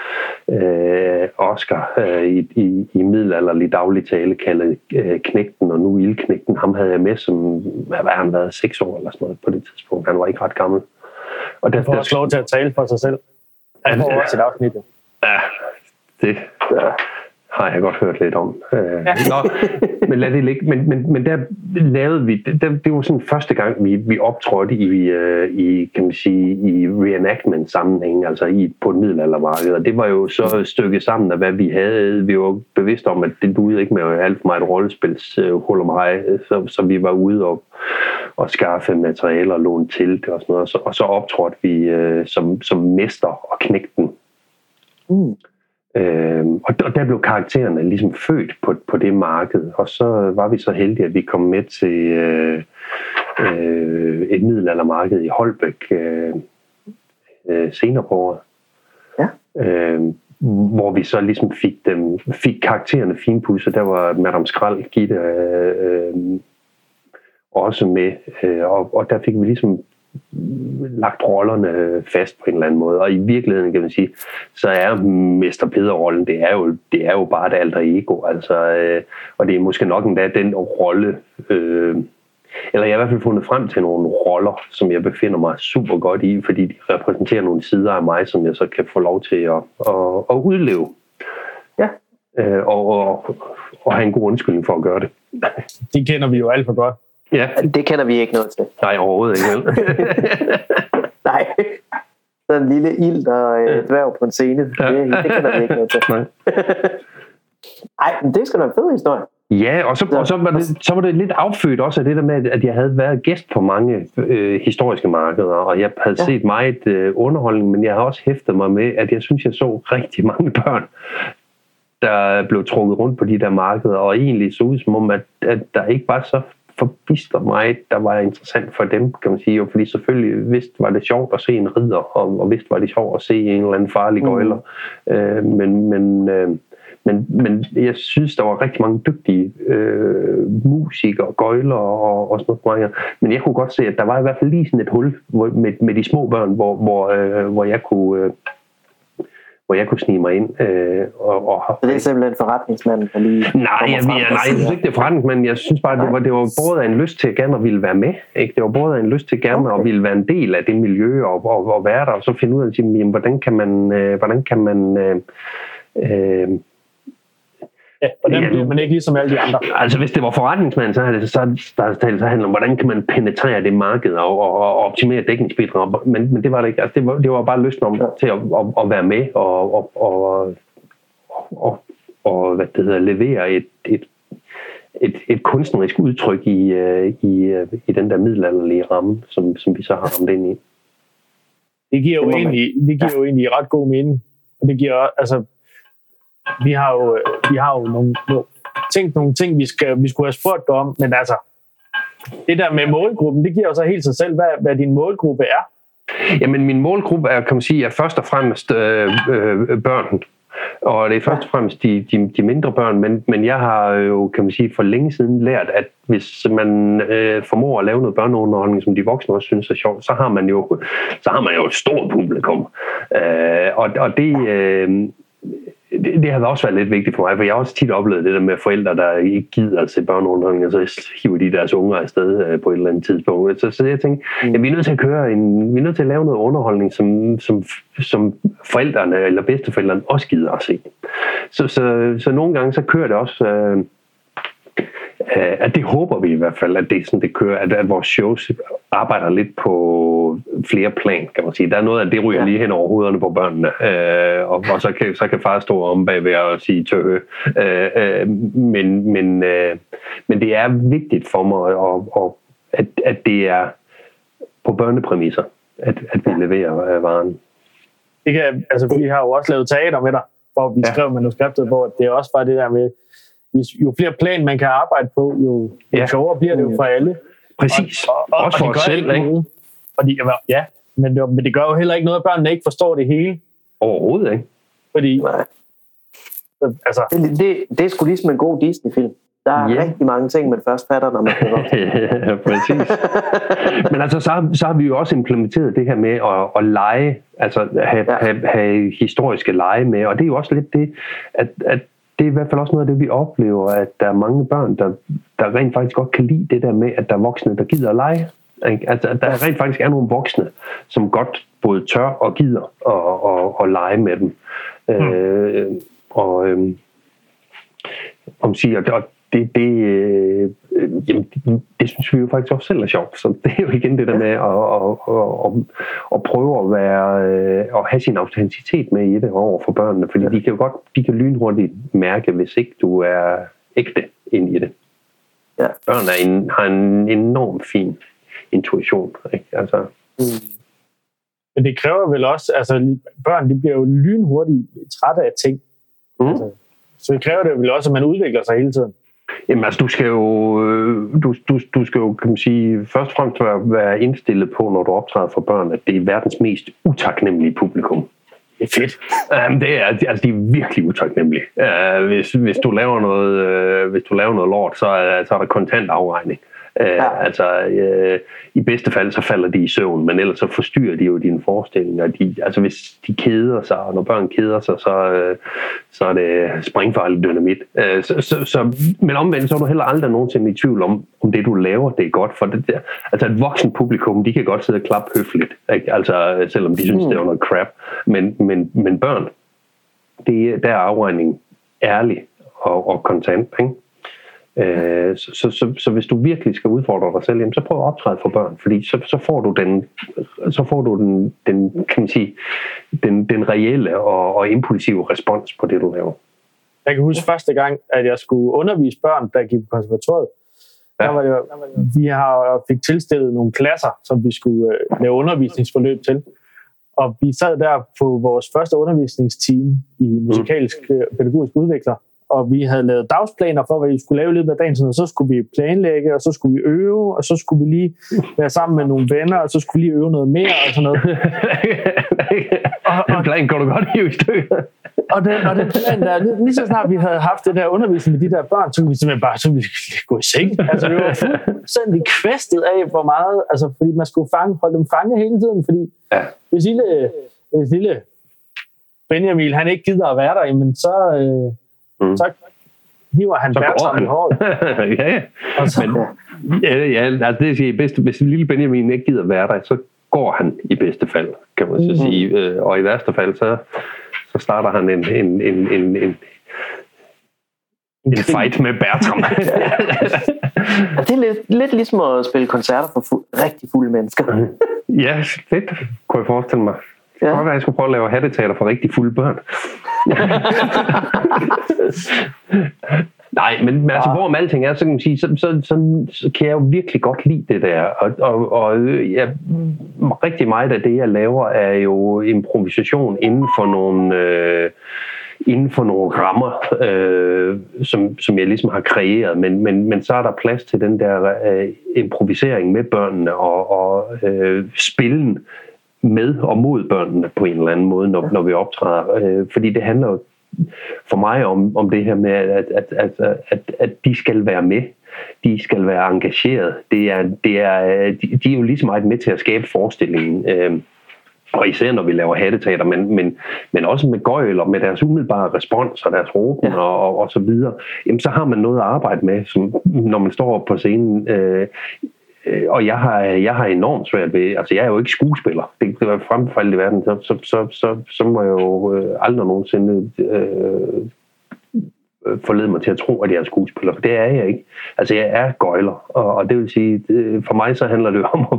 Oscar i middelalderlig daglig tale kaldet Knægten, og nu Ildknægten. Ham havde jeg med, som han været 6 år eller sådan noget på det tidspunkt. Han var ikke ret gammel. Og der får også lov til at tale for sig selv. Han får også et afsnit. Ja, det... har jeg godt hørt lidt om. Men lad det ligge. Men der lavede vi, det var sådan første gang, vi optrådte i kan man sige, i reenactment sammenhæng, altså på et middelaldermarked. Og det var jo så stykket sammen af, hvad vi havde. Vi var bevidste om, at det duede ikke med alt for meget rollespils så vi var ude og skaffe materialer og låne til det og sådan noget. Og så optrådte vi som mester og Knægten. Og der blev karaktererne ligesom født på det marked, og så var vi så heldige, at vi kom med til et middelaldermarked i Holbæk senere på året. Ja. Hvor vi så ligesom fik karaktererne finpudset. Der var Madame Skrald, Gitte også med, og der fik vi ligesom lagt rollerne fast på en eller anden måde, og i virkeligheden kan man sige, så er Mester Peder-rollen, det er jo bare et alter ego, altså, og det er måske nok endda den rolle, eller jeg har i hvert fald fundet frem til nogle roller, som jeg befinder mig super godt i, fordi de repræsenterer nogle sider af mig, som jeg så kan få lov til at udleve. Ja. Og have en god undskyldning for at gøre det. Det kender vi jo alt for godt. Ja. Det kender vi ikke noget til. Nej, overhovedet ikke. Nej. Så en lille ild og dværg på en scene. Det kender vi ikke noget til. Nej, men det skal da en fed historie. Ja, og så var det lidt affødt også af det der med, at jeg havde været gæst på mange historiske markeder, og jeg havde set meget underholdning, men jeg har også hæftet mig med, at jeg synes, jeg så rigtig mange børn, der blev trukket rundt på de der markeder, og egentlig så ud som om, at der ikke var så forbister mig, der var interessant for dem, kan man sige, jo, fordi selvfølgelig vidst var det sjovt at se en ridder, og vidst var det sjovt at se en eller anden farlig gøjler, men jeg synes, der var rigtig mange dygtige musikere, gøjler og sådan noget. Men jeg kunne godt se, at der var i hvert fald lige sådan et hul med de små børn, hvor jeg kunne snige mig ind. Så det er simpelthen forretningsmanden, der lige... Nej, jeg synes ikke, det er forretningsmanden. Jeg synes bare, det var både en lyst til at gerne at ville være med. Ikke? Det var både en lyst til gerne at ville være en del af det miljø og være der, og så finde ud af at sige, hvordan kan man hvordan bliver man ikke ligesom alle de andre? Altså hvis det var forretningsmanden, så handler det om, hvordan kan man penetrere det marked og optimere dækningsbidrag. Men det var det ikke. Altså, det var bare lysten om til at være med og hvad det hedder, levere et kunstnerisk udtryk i den der middelalderlige ramme, som vi så har ramt ind i. Det giver jo egentlig ret god mening. Og det giver altså vi har jo nogle ting vi skulle have spurgt dig om, men altså det der med målgruppen, det giver jo så helt sig selv, hvad din målgruppe er. Jamen min målgruppe er, kan man sige, er først og fremmest børn. Og det er først og fremmest de mindre børn, men jeg har jo, kan man sige, for længe siden lært, at hvis man formår at lave noget børneunderholdning, som de voksne også synes er sjovt, så har man jo et stort publikum. Og det har også været lidt vigtigt for mig, for jeg har også tit oplevet det der med forældre, der ikke gider at se børneunderholdning, og så hiver de deres unger afsted på et eller andet tidspunkt. Så jeg tænkte, at vi er nødt til at vi er nødt til at lave noget underholdning, som forældrene eller bedsteforældrene også gider at se. Så nogle gange så kører det også, at det håber vi i hvert fald, at det er sådan, det kører, at vores shows arbejder lidt på flere plan, kan man sige. Der er noget af det ryger lige hen over hovederne på børnene, og så kan far stå om bagved og sige tøhø. Men det er vigtigt for mig, at det er på børnepræmisser, at vi leverer varen. Det kan, altså, vi har jo også lavet teater med dig, hvor vi skrev manuskriptet på, at det er også bare det der med, jo flere plan man kan arbejde på, jo sjovere bliver det jo for alle. Præcis. Også for os selv, ikke? Men det gør jo heller ikke noget, at børnene ikke forstår det hele. Overhovedet ikke. Fordi... Altså, det er sgu ligesom en god Disney-film. Der er rigtig mange ting, man først fatter, når man bliver voksen. Ja, præcis. Men altså, så har vi jo også implementeret det her med at lege, altså have historiske lege med, og det er jo også lidt det, at det er i hvert fald også noget af det, vi oplever, at der er mange børn, der rent faktisk godt kan lide det der med, at der er voksne, der gider at lege. Altså, at der rent faktisk er nogle voksne, som godt både tør og gider og lege med dem. Det synes vi jo faktisk også selv er sjovt. Så det er jo igen det der med at prøve at at have sin autenticitet med i det over for børnene, fordi de kan lynhurtigt mærke, hvis ikke du er ægte ind i det. Ja. Børn har en enorm fin intuition, ikke? Altså. Men det kræver vel også, altså børn, de bliver jo lynhurtigt trætte af ting. Altså, så det kræver det vel også, at man udvikler sig hele tiden. Jamen altså, du skal jo, kan man sige, først og fremmest være indstillet på, når du optræder for børn, at det er verdens mest utaknemmelige publikum. Det er fedt. Det er, altså, de er virkelig utaknemmelige. Hvis du laver noget lort, så er der kontant afregning. I bedste fald så falder de i søvn, men ellers så forstyrrer de jo dine forestillinger. Altså hvis de keder sig, og når børn keder sig, så er det springfarligt dynamit. Men omvendt så er du heller aldrig nogensinde i tvivl om det du laver, det er godt for det der. Altså et voksen publikum, de kan godt sidde og klappe høfligt, ikke? Altså selvom de synes det er noget crap, men børn, der er afregning ærlig og kontant, ikke? Så hvis du virkelig skal udfordre dig selv, jamen, så prøv at optræde for børn, fordi så får du den kan man sige, den reelle og impulsive respons på det du laver. Jeg kan huske første gang, at jeg skulle undervise børn, der gik på konservatoriet. Vi fik tilstillet nogle klasser, som vi skulle lave undervisningsforløb til. Og vi sad der på vores første undervisningsteam i musikalsk pædagogisk udvikler. Og vi havde lavet dagsplaner for, hvad vi skulle lave i løbet af dagen, og så skulle vi planlægge, og så skulle vi øve, og så skulle vi lige være sammen med nogle venner, og så skulle vi lige øve noget mere, og sådan noget. Den plan går du godt i stykker. Og den plan der, lige så snart vi havde haft det der undervisning med de der børn, så kunne vi simpelthen bare gå i seng. Altså vi var fuldstændig kvæstet af, hvor meget, altså fordi man skulle holde dem fanget hele tiden, fordi hvis lille Benjamin, han ikke gider at være der, jamen så så hiver han Bertram i håret. Altså det siger bedste, hvis lille Benjamin ikke gider være der, så går han i bedste fald, kan man så sige. Og i værste fald, så starter han en fight med Bertram. Det er lidt ligesom at spille koncerter for rigtig fulde mennesker. Ja, lidt kunne jeg forestille mig. Det kan godt være, at jeg skulle prøve at lave hatteteater for rigtig fulde børn. Nej, men altså, hvorom alting er, så kan man sige, så kan jeg jo virkelig godt lide det der. Og rigtig meget af det, jeg laver, er jo improvisation inden for nogle rammer, som jeg ligesom har kreeret. Men så er der plads til den der improvisering med børnene og spillen med og mod børnene på en eller anden måde, når vi optræder. Fordi det handler jo for mig om det her med, at de skal være med. De skal være engageret. De er jo lige så meget med til at skabe forestillingen. Og især når vi laver hatteteater, men også med gøjler, med deres umiddelbare respons og deres råben og så videre, jamen så har man noget at arbejde med, som, når man står på scenen. Og jeg har enormt svært ved, altså jeg er jo ikke skuespiller, det var fremfaldet i verden, så må jeg jo aldrig nogensinde forlede mig til at tro, at jeg er skuespiller, for det er jeg ikke. Altså jeg er gøjler, og det vil sige, for mig så handler det om at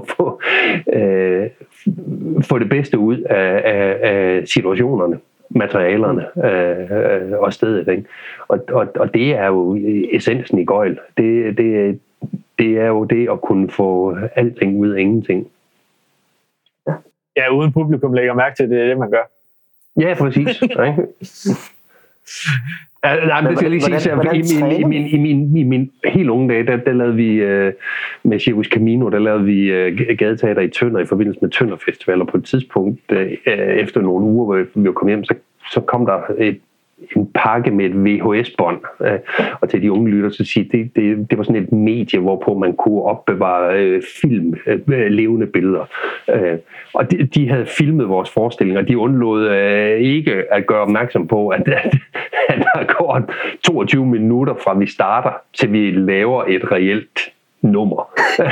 få det bedste ud af situationerne, materialerne og stedet, ikke? Og det er jo essensen i gøjl. Det er jo det at kunne få alting ud af ingenting. Ja, uden publikum lægger mærke til, det er det, man gør. Ja, præcis. Det skal lige sige, i min helt unge dage, der lavede vi med Circus Camino, der lavede vi gadeteater i Tønder i forbindelse med Tønder Festival, og på et tidspunkt efter nogle uger, hvor vi kom hjem, så kom der en pakke med et VHS-bånd, og til de unge lytter så sige, det var sådan et medie, hvorpå man kunne opbevare film, levende billeder. Og de havde filmet vores forestilling, og de undlod ikke at gøre opmærksom på, at der går 22 minutter fra vi starter, til vi laver et reelt nummer.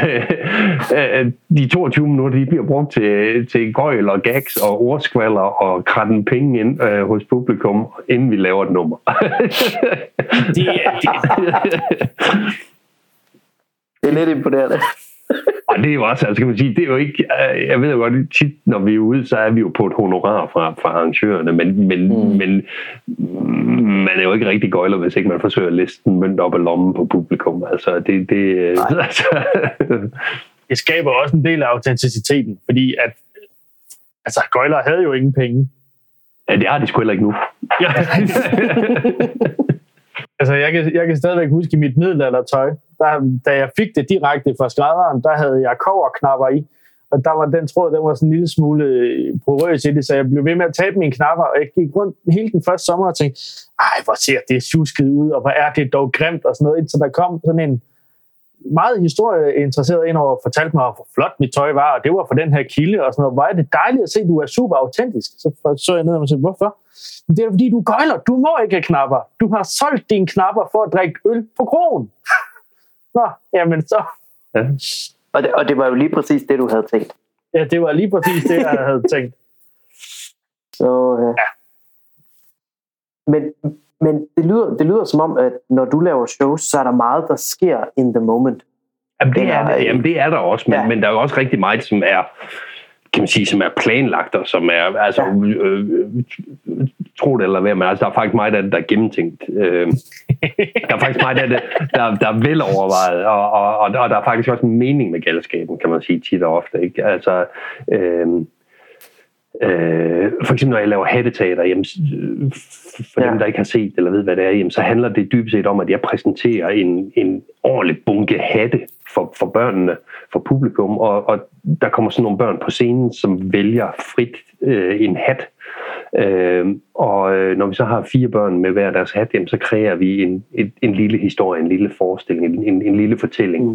De 22 minutter, de bliver brugt til gøjl og gags og ordskvalder og kratten penge ind hos publikum, inden vi laver et nummer. Det er lidt imponerende. Og det er jo også, altså kan man sige, det er jo ikke, jeg ved jo godt, tit når vi er ude, så er vi jo på et honorar fra arrangørerne, men man er jo ikke rigtig gøjler, hvis ikke man forsøger at liste en mønt op af lommen på publikum. Altså det skaber også en del af autenticiteten, fordi at altså gøjler havde jo ingen penge. Ja, det har de sgu heller ikke nu. Altså jeg kan stadigvæk huske mit middelaldertøj. Da jeg fik det direkte fra skrædderen, der havde jeg kobberknapper i, og der var den tråd, den var sådan en lille smule porøs i det, så jeg blev ved med at tabe mine knapper, og jeg gik rundt hele den første sommer og tænkte, ej, hvor ser det sjusket ud, og hvor er det dog grimt, og sådan noget, så der kom sådan en meget historieinteresseret ind over og fortalte mig, hvor flot mit tøj var, og det var for den her kilde, og sådan noget. Hvor er det dejligt at se, at du er super autentisk. Så jeg ned og sagde, hvorfor? Det er fordi, du gøjler. Du må ikke have knapper. Du har solgt dine knapper for at drikke øl på krogen. Nå, jamen så. Ja. Og det var jo lige præcis det, du havde tænkt. Ja, det var lige præcis det, jeg havde tænkt. Så, ja. Men det lyder som om, at når du laver shows, så er der meget, der sker in the moment. Jamen det er der også, men der er jo også rigtig meget, som er, kan man sige, som er planlagt, og som er, altså, tro det eller hvad, men altså, der er faktisk meget af det, der er gennemtænkt. Der er faktisk meget af det, der er velovervejet, og der er faktisk også en mening med galskaben, kan man sige tit og ofte, ikke? Altså, for eksempel når jeg laver hatteteater, jamen, for dem der ikke har set eller ved hvad det er, jamen, så handler det dybest set om, at jeg præsenterer en ordentlig bunke hatte for børnene, for publikum, og der kommer sådan nogle børn på scenen, som vælger frit en hat, og når vi så har 4 børn med hver deres hat, jamen, så kreerer vi en lille historie, en lille forestilling, en lille fortælling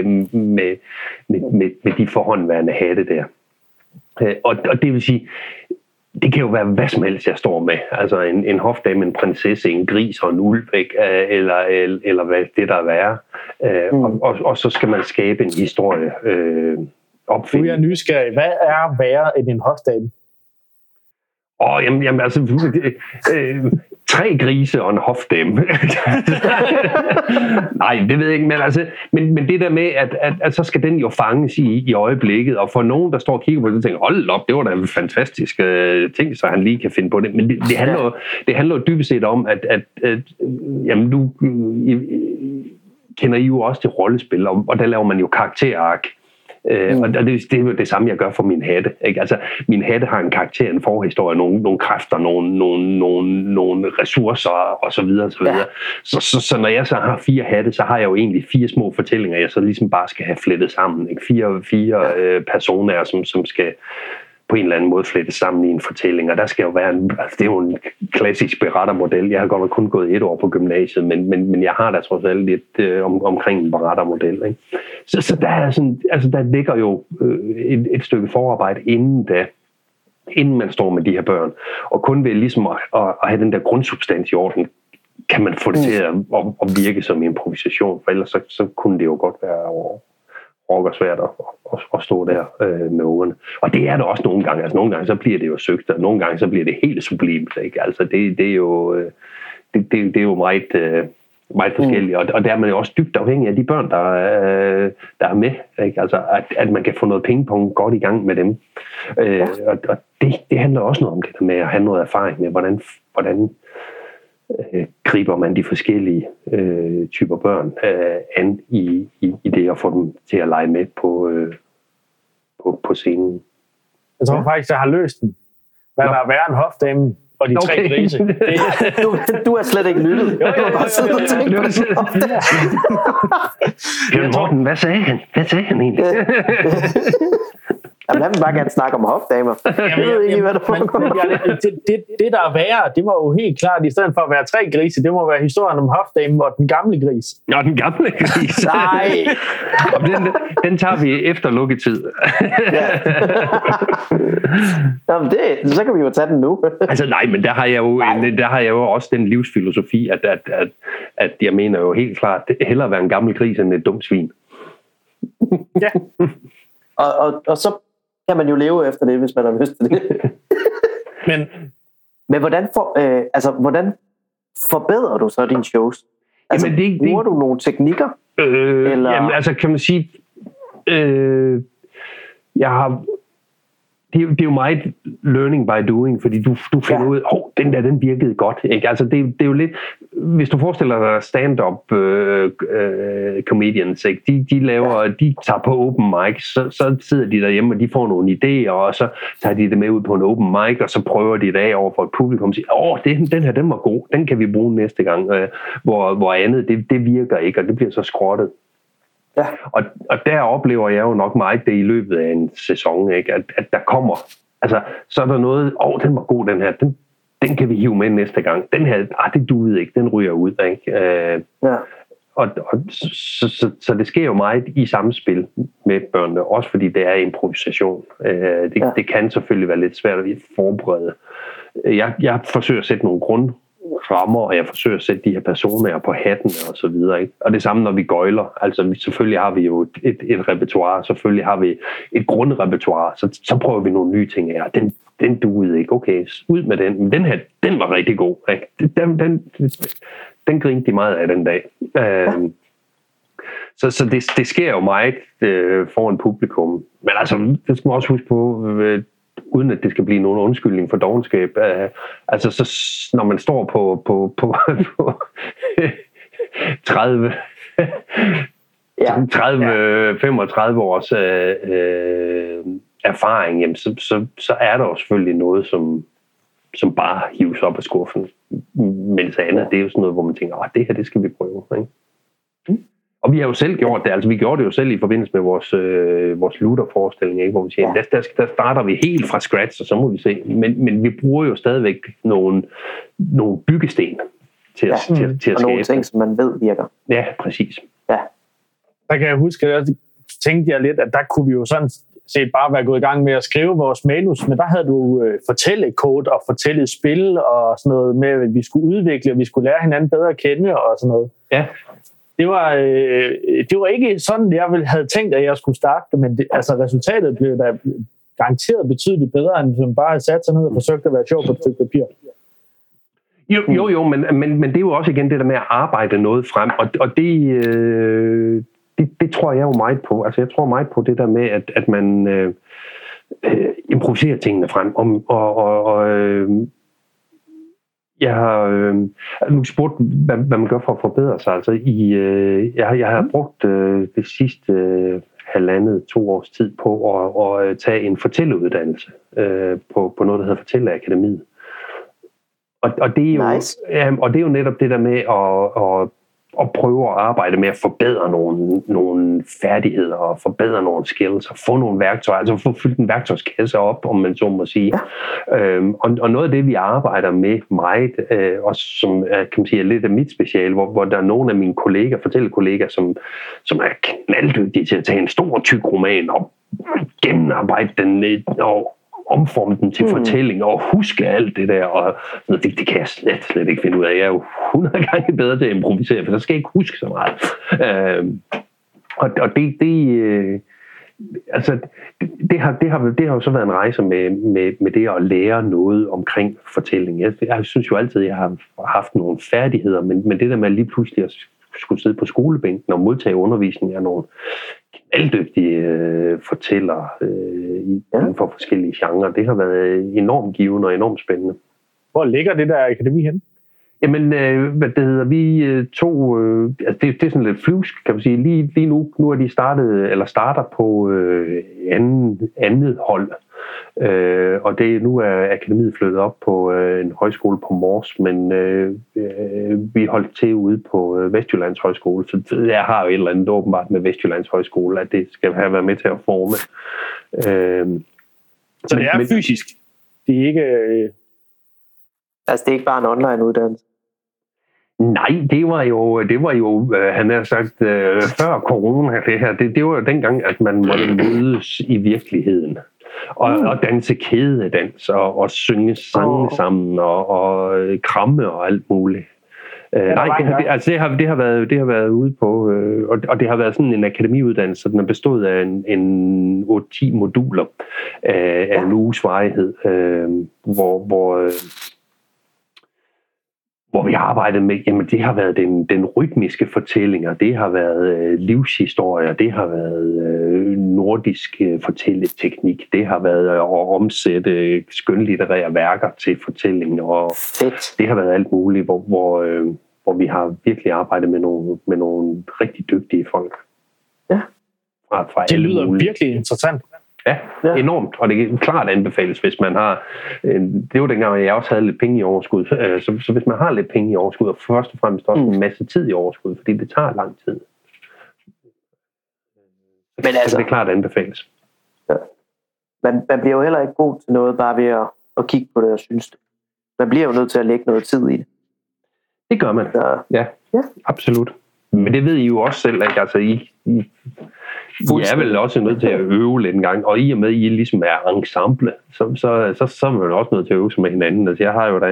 med de forhåndværende hatte der. Og det vil sige, det kan jo være hvad som helst, jeg står med. Altså en hofdame, en prinsesse, en gris og en ulv, eller hvad det der er værre. Og så skal man skabe en historie. Nu er jeg nysgerrig. Hvad er værre end en hofdame? Jamen altså 3 grise og en hofdame. Nej, det ved jeg ikke, men altså, men det der med, at så skal den jo fanges i øjeblikket, og for nogen, der står og kigger på det, og tænker, hold op, det var da en fantastisk ting, så han lige kan finde på det. Men det handler jo dybest set om, at jamen, nu kender I jo også til rollespil, og der laver man jo karakterark. Og det er jo det samme, jeg gør for min hatte. Ikke? Altså, min hatte har en karakter, en forhistorie, nogle kræfter, nogle ressourcer og så videre, og så videre. Ja. Så når jeg så har 4 hatte, så har jeg jo egentlig 4 små fortællinger, jeg så ligesom bare skal have flettet sammen. Ikke? 4 personer, som skal på en eller anden måde flettet sammen i en fortælling, og der skal jo være det er jo en klassisk berettermodel. Jeg har godt nok kun gået 1 år på gymnasiet, men jeg har da trods alt lidt omkring en berettermodel, ikke? Så der er sådan, altså der ligger jo et stykke forarbejde inden man står med de her børn, og kun ved ligesom at have den der grundsubstans i orden, kan man få det til at virke som improvisation, for ellers så kunne det jo godt være rockersvært at stå der med ungerne. Og det er det også nogle gange. Altså nogle gange så bliver det jo søgt, og nogle gange så bliver det helt sublimt, ikke? Altså det er jo det er jo meget forskelligt, og der er man jo også dybt afhængig af de børn, der er med, ikke? Altså at man kan få noget pingpong godt i gang med dem. Og det handler også noget om det der med at have noget erfaring med, hvordan griber man de forskellige typer børn an i det at få dem til at lege med på scenen. Jeg tror faktisk, jeg har løst den. Hvad der er værre end hofdame og de 3 grise. Du har slet ikke lyttet. Du har bare siddet og tænkt på det. Morten, hvad sagde han egentlig? Jamen, jeg vil bare gerne snakke om hofdamer. Jeg ved ikke, hvad der foregår. Det, der er værre, det var jo helt klart, i stedet for at være 3 grise, det må være historien om hofdamen og den gamle gris. Nå, den gamle gris. Nej. Den tager vi efter lukketid. Jamen, så kan vi jo tage den nu. Altså nej, men der har jeg jo også den livsfilosofi, at jeg mener jo helt klart, hellere være en gammel gris end et dumt svin. Ja. Og så kan man jo leve efter det, hvis man har lyst til det. Men hvordan forbedrer du så dine shows? Altså, bruger du nogle teknikker? Eller? Jamen, altså kan man sige, jeg har... Det er jo meget learning by doing, fordi du finder ud af, den virkede godt, ikke? Altså det er jo lidt, hvis du forestiller dig stand-up comedians, ikke? De tager på open mic, så sidder de derhjemme, og de får nogle idéer, og så tager de det med ud på en open mic, og så prøver de det af over for et publikum, og siger, den her, den var god, den kan vi bruge næste gang, hvor andet, det virker ikke, og det bliver så skrottet. Ja. Og der oplever jeg jo nok meget det i løbet af en sæson, ikke? At der kommer, altså så er der noget, den var god den her, den kan vi hive med næste gang, den her, det duede ikke, den ryger ud, ikke? Ja. Og så det sker jo meget i samspil med børnene, også fordi det er improvisation. Det kan selvfølgelig være lidt svært at forberede. Jeg forsøger at sætte nogle grundrammer, og jeg forsøger at sætte de her personer på hatten og så videre, ikke? Og det samme når vi gøjler, altså selvfølgelig har vi jo et repertoire, selvfølgelig har vi et grundrepertoire, så prøver vi nogle nye ting af, den duede ikke, okay, ud med den, men den her, den var rigtig god, ikke? Den grinte de meget af den dag. Så det sker jo meget foran publikum, men altså, det skal man også huske på, uden at det skal blive nogen undskyldning for dovenskab. Altså, så når man står på 35 års erfaring, jamen, så er der jo selvfølgelig noget, som bare hives op af skuffen. Mens andet, det er jo sådan noget, hvor man tænker, det her, det skal vi prøve, ikke? Og vi har jo selv gjort det, altså vi gjorde det jo selv i forbindelse med vores Luther-forestilling, ikke? Hvor vi siger, der starter vi helt fra scratch, og så må vi se. Men vi bruger jo stadigvæk nogle byggesten til at skabe. Og nogle ting, som man ved virker. Ja, præcis. Ja. Der kan jeg huske, at jeg tænkte lidt, at der kunne vi jo sådan set bare være gået i gang med at skrive vores manus, men der havde du fortællekode og fortællespil og sådan noget med, at vi skulle udvikle, og vi skulle lære hinanden bedre at kende og sådan noget. Ja. Det var ikke sådan, jeg havde tænkt, at jeg skulle starte det, men resultatet blev da garanteret betydeligt bedre, end som bare havde sat sig ned og forsøgt at være sjov på et stykke papir. Jo, men det er jo også igen det der med at arbejde noget frem, og det tror jeg jo meget på. Altså jeg tror meget på det der med, at man improviserer tingene frem, jeg har nu spurgt, hvad man gør for at forbedre sig. Altså jeg har brugt det sidste 1,5-2 års tid på at tage en fortælleuddannelse på noget, der hedder Fortælleakademiet. Og det er jo, nice. og det er jo netop det der med og prøve at arbejde med at forbedre nogle færdigheder og forbedre nogle skills og få nogle værktøjer, altså få fyldt en værktøjskasse op, om man så må sige. Ja. Og noget af det, vi arbejder med meget, også som kan man sige, er lidt af mit speciale, hvor der er nogle af mine fortællekollegaer, som er knalddygtige til at tage en stor, tyk roman og gennemarbejde den og omforme den til fortælling og huske alt det der, og det kan jeg slet ikke finde ud af. Jeg er jo 100 gange bedre til at improvisere, for der skal jeg ikke huske så meget. Og det har jo så været en rejse med det at lære noget omkring fortælling. Jeg synes jo altid, at jeg har haft nogle færdigheder, men det der med lige pludselig at skulle sidde på skolebænken og modtage undervisning af nogle knalddygtige fortællere inden for forskellige genrer. Det har været enormt givende og enormt spændende. Hvor ligger det der akademi henne? Jamen, hvad det hedder, vi to, altså det er sådan lidt flyvsk, kan man sige. Lige nu er de starter på andet hold. Og nu er akademiet flyttet op på en højskole på Mors, men vi holdt til ude på Vestjyllands Højskole, så jeg har jo et eller andet åbenbart med Vestjyllands Højskole, at det skal have været med til at forme. Så det er fysisk? Det er ikke... Altså det er ikke bare en online uddannelse? Nej, det var jo han har sagt, før corona det her, det var jo dengang, at man måtte mødes i virkeligheden. Og danse kædedans og synge sange sammen og kramme og alt muligt. Det har været ude på, og det har været sådan en akademiuddannelse, den er bestået af en 8-10 moduler af en uges varighed, hvor vi har arbejdet med, jamen det har været den rytmiske fortællinger, det har været livshistorier, det har været nordisk fortælleteknik, det har været at omsætte skønlitterære værker til fortælling, og det har været alt muligt, hvor vi har virkelig arbejdet med nogle rigtig dygtige folk. Ja. Fra det lyder virkelig interessant. Ja, enormt, og det er klart anbefales, hvis man har, det var dengang, jeg også havde lidt penge i overskud, så hvis man har lidt penge i overskud, og først og fremmest også en masse tid i overskud, fordi det tager lang tid. Men altså, så det er klart anbefales. Ja. Man bliver jo heller ikke god til noget, bare ved at kigge på det og synes det. Man bliver jo nødt til at lægge noget tid i det. Det gør man, ja. Absolut. Men det ved I jo også selv, at altså I er vel også nødt til at øve lidt en gang, og i og med, at I ligesom er ensemble, så er man også nødt til at øve sig med hinanden. Altså, jeg har jo da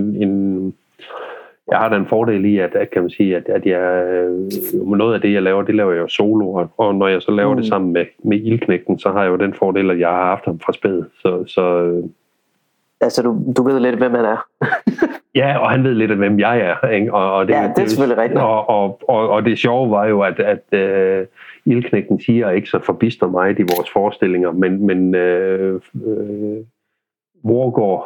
jeg har da en fordel i, at kan man sige, at jeg, noget af det, jeg laver, det laver jeg jo solo, og når jeg så laver det sammen med Ildknægten, så har jeg jo den fordel, at jeg har haft ham fra spædet. Altså, du ved lidt, hvem han er. Ja, og han ved lidt, hvem jeg er. Ikke? Og det er selvfølgelig rigtigt. Og det sjove var jo, at Ildknægten siger ikke så forbister mig i vores forestillinger, men Vorgård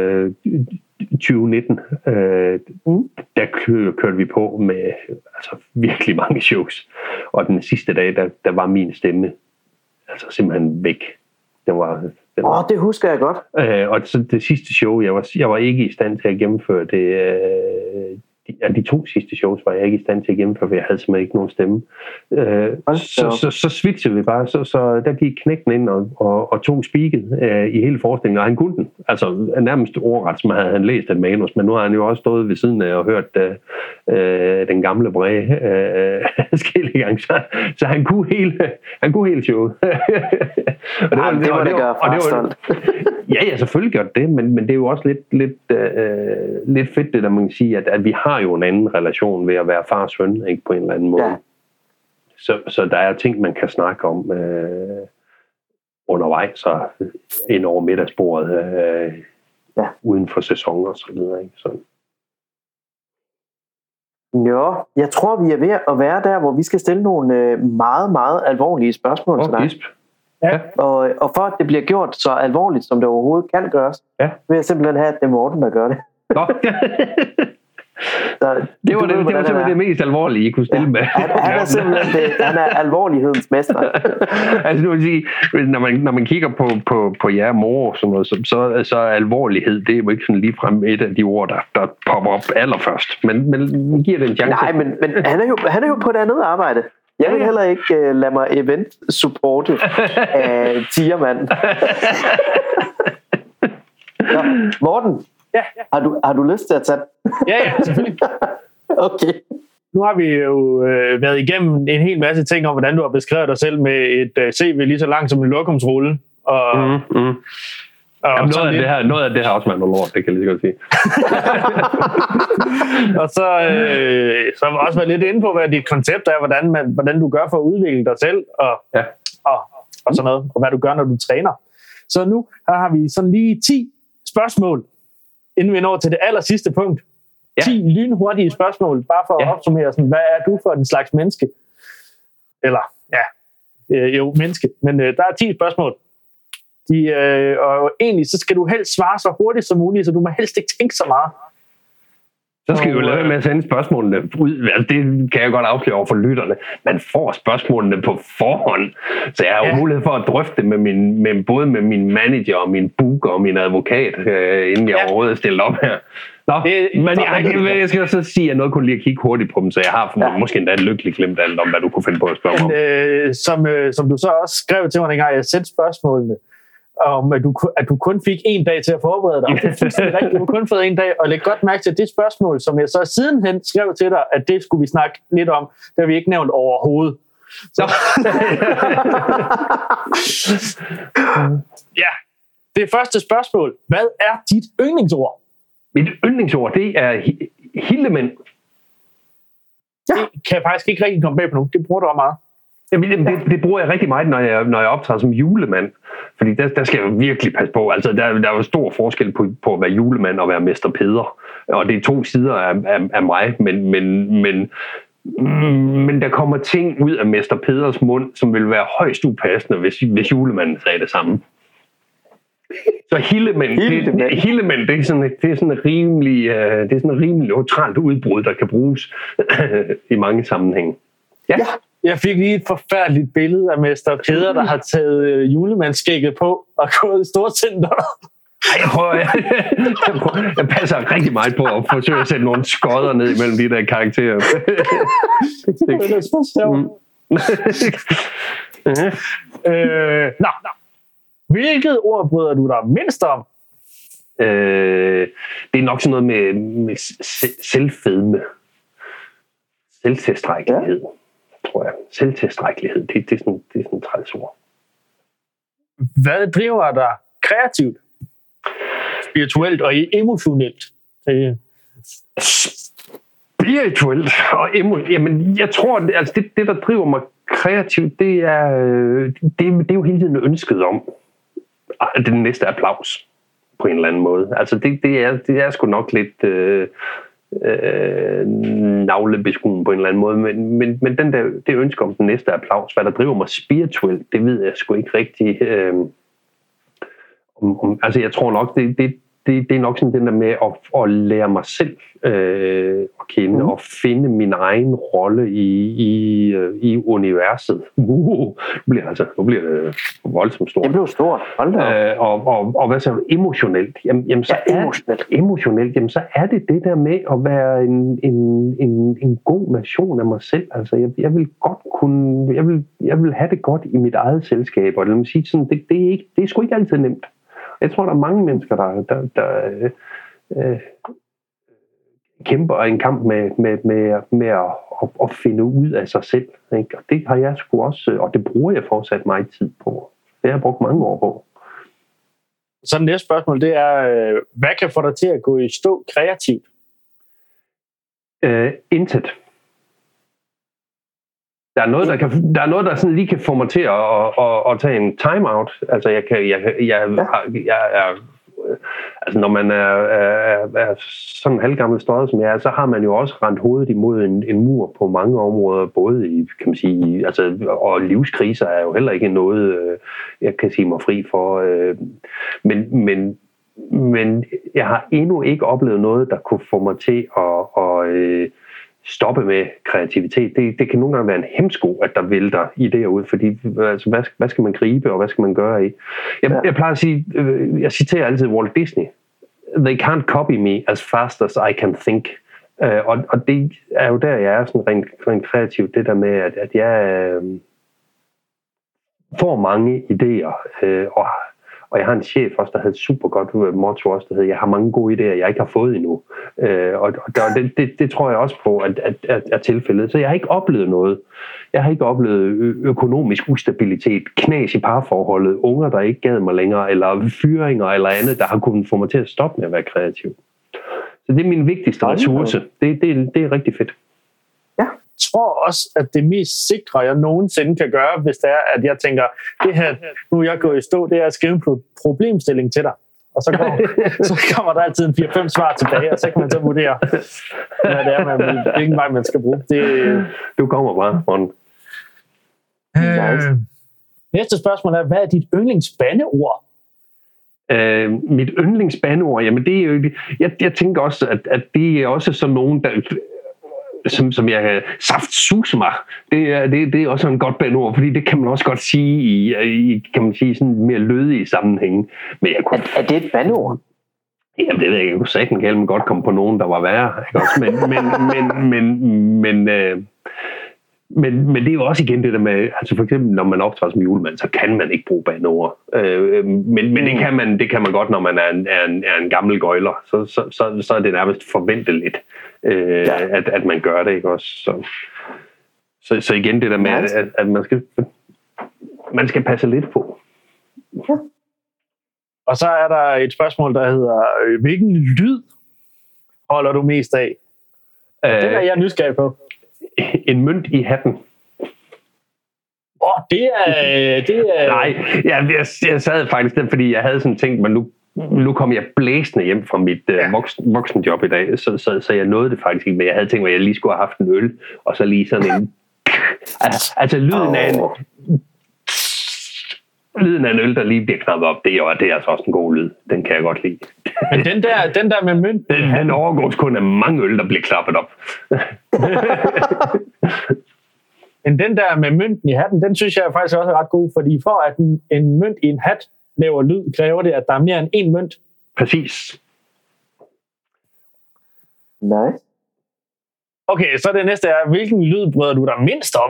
2019, der kørte vi på med altså, virkelig mange shows. Og den sidste dag, der var min stemme altså simpelthen væk. Det husker jeg godt. Og så det sidste show, jeg var ikke i stand til at gennemføre det. De 2 sidste shows var jeg ikke i stand til at gennemføre, for jeg havde simpelthen ikke nogen stemme. Så switchede vi bare. Så der gik Knægten ind og tog speaket i hele forestillingen, og han kunne den. Altså nærmest ordret, som havde han læst et manus, men nu har han jo også stået ved siden af og hørt den gamle Bræge skille gang. Så han kunne hele showet. Ja, selvfølgelig gør det, men det er jo også lidt fedt det, der man kan sige, at vi har jo en anden relation ved at være far og søn, ikke, på en eller anden måde. Ja. Så der er ting, man kan snakke om undervejs, så ind over middagsbordet, uden for sæsoner og så videre. Ikke? Så. Jo, jeg tror, vi er ved at være der, hvor vi skal stille nogle meget, meget alvorlige spørgsmål til dig. Ja. Og for at det bliver gjort så alvorligt, som det overhovedet kan gøres, vil jeg simpelthen have, at det er Morten, der gør det. Det var simpelthen det mest alvorlige, I kunne stille med. Han er simpelthen han er alvorlighedens mester. Altså nu vil sige, når man kigger på jer mor, så er alvorlighed, det er jo ikke sådan ligefrem et af de ord, der popper op allerførst. Men giver det en chance. Nej, men han er jo på et andet arbejde. Jeg vil heller ikke lade mig event-supporte af Tiermand. Nå, Morten, har du lyst til at tage Ja, selvfølgelig. Okay. Nu har vi jo været igennem en hel masse ting om, hvordan du har beskrevet dig selv med et CV lige så langt som en lokumsrulle. Og Jamen, noget af det her også, man noget lort, det kan jeg lige godt sige. Og så har vi også været lidt inde på, hvad dit koncept er, hvordan du gør for at udvikle dig selv, og sådan noget, og hvad du gør, når du træner. Så nu har vi sådan lige 10 spørgsmål, inden vi når til det aller sidste punkt. 10 lynhurtige spørgsmål, bare for at opsummere, sådan, hvad er du for en slags menneske? Eller, menneske. Men der er 10 spørgsmål. Og egentlig, så skal du helst svare så hurtigt som muligt, så du må helst ikke tænke så meget. Så skal vi jo lade med at sende spørgsmålene ud. Altså, det kan jeg godt afsløre over for lytterne. Man får spørgsmålene på forhånd. Så jeg har jo mulighed for at drøfte med både med min manager og min booker og min advokat, inden jeg overhovedet er stillet op her. Men jeg skal så sige, at jeg noget kunne lige at kigge hurtigt på dem, så jeg har måske endda lykkeligt glemt alt om, hvad du kunne finde på at spørge om. Som du så også skrev til mig, dengang jeg sendte spørgsmålene, om at du kun fik 1 dag til at forberede dig. Det er fuldstændig rigtigt. Du har kun fået 1 dag, og læg godt mærke til det spørgsmål, som jeg så sidenhen skrev til dig, at det skulle vi snakke lidt om. Det har vi ikke nævnt overhovedet. Så. Det første spørgsmål. Hvad er dit yndlingsord? Mit yndlingsord, det er hildemænd. Det kan jeg faktisk ikke rigtig komme bag på nu. Det bruger du også meget. Det bruger jeg rigtig meget, når jeg optræder som julemand. Fordi der skal jeg virkelig passe på. Altså, der er jo stor forskel på at være julemand og være Mester Peder. Og det er 2 sider af mig. Men der kommer ting ud af Mester Peders mund, som vil være højst upassende, hvis julemanden sagde det samme. Så hildemænd, det er sådan et rimelig neutralt udbrud, der kan bruges i mange sammenhænge. Ja. Jeg fik lige et forfærdeligt billede af Mester Peder, der har taget julemandsskægget på og gået i storcenter. Jeg passer rigtig meget på at forsøge at sætte nogle skodder ned imellem de der karakterer. Hvilket ord bryder du dig mindst om? Det er nok sådan noget med selvfedme. Selvtilstrækkelighed, tror jeg. Selvtilstrækkelighed, det er sådan et træls ord. Hvad driver dig kreativt, spirituelt og emotionelt? Spirituelt og emotionelt? Jamen, jeg tror, altså det der driver mig kreativt, det er jo hele tiden ønsket om den næste applaus på en eller anden måde. Altså det er sgu nok lidt navlebeskuen på en eller anden måde, men det ønske om den næste applaus, hvad der driver mig spirituelt, det ved jeg sgu ikke rigtig. Altså jeg tror nok, det er nok sådan den der med at lære mig selv at kende og finde min egen rolle i universet. Nu bliver det voldsomt stort. Det blev stort. Og hvad så emotionelt? Jamen så er det der med at være en god version af mig selv. Altså jeg vil godt kunne, jeg vil have det godt i mit eget selskab, og lad mig sige sådan, det er sgu ikke altid nemt. Jeg tror, der er mange mennesker, der kæmper en kamp med at finde ud af sig selv. Ikke? Og det har jeg sgu også, og det bruger jeg fortsat meget tid på. Det har jeg brugt mange år på. Så det næste spørgsmål, det er, hvad kan få dig til at gå i stå kreativt? Intet. Der er noget, der sådan lige kan få mig til at tage en time-out. Altså, altså når man er sådan halvgammel støjet som jeg er, så har man jo også rendt hovedet imod en mur på mange områder, både i, kan man sige, altså, og livskriser er jo heller ikke noget, jeg kan sige mig fri for. Men men jeg har endnu ikke oplevet noget, der kunne få mig til at stoppe med kreativitet. Det kan nogle gange være en hemsko, at der vælter idéer ud, fordi altså, hvad skal man gribe, og hvad skal man gøre i? Jeg plejer at sige, jeg citerer altid Walt Disney, they can't copy me as fast as I can think. Og det er jo der, jeg er sådan rent kreativ, det der med, at jeg får mange idéer, og jeg har en chef også, der havde et super godt motto også, der hedder, jeg har mange gode idéer, jeg ikke har fået endnu. Og det tror jeg også på, at er tilfældet. Så jeg har ikke oplevet noget. Jeg har ikke oplevet økonomisk ustabilitet, knas i parforholdet, unger, der ikke gad mig længere, eller fyringer eller andet, der har kunnet få mig til at stoppe med at være kreativ. Så det er min vigtigste ressource. Det er rigtig fedt. Jeg tror også, at det mest sikre, jeg nogensinde kan gøre, hvis det er, at jeg tænker, det her, nu er jeg gået i stå, det er at skrive en problemstilling til dig. Og så kommer der altid en 4-5 svar tilbage, og så kan man så vurdere, hvad det er, hvilken vej man skal bruge. Du kommer bare, Morten. Næste spørgsmål er, hvad er dit yndlingsbandeord? Mit yndlingsbandeord, jamen det er jo, jeg tænker også, at det er også sådan nogen, der som jeg saftsuser mig. Det er også en godt bandeord, fordi det kan man også godt sige i kan man sige sådan mere lødige sammenhænge. Men jeg kunne... Er det et bandeord? Jamen det ved jeg ikke. Jeg kunne sagtens godt komme på nogen, der var værre. Ikke også? Men det er jo også igen det der med, altså for eksempel når man optræder som julemand, så kan man ikke bruge bandeord. Men det kan man godt, når man er en gammel gøjler. Så er det nærmest forventeligt, at man gør det, ikke også? Så igen det der med, at man skal passe lidt på. Ja. Og så er der et spørgsmål, der hedder, hvilken lyd holder du mest af? Det er jeg nysgerrig på. En mønt i hatten. Det er... Nej, jeg sad faktisk der, fordi jeg havde sådan tænkt, men nu kom jeg blæsende hjem fra mit voksenjob i dag, så jeg nåede det faktisk ikke, men jeg havde tænkt, at jeg lige skulle have haft en øl, og så lige sådan en... altså lyden af en øl, der lige bliver knappet op, det er altså også en god lyd. Den kan jeg godt lide. Men den der med mønten... Den overgås kun af mange øl, der bliver klappet op. Men den der med mønten i hatten, den synes jeg faktisk også er ret god, fordi for at en mønt i en hat laver lyd, kræver det, at der er mere end én mønt. Præcis. Nej. Okay, så det næste er, hvilken lyd bryder du dig mindst om?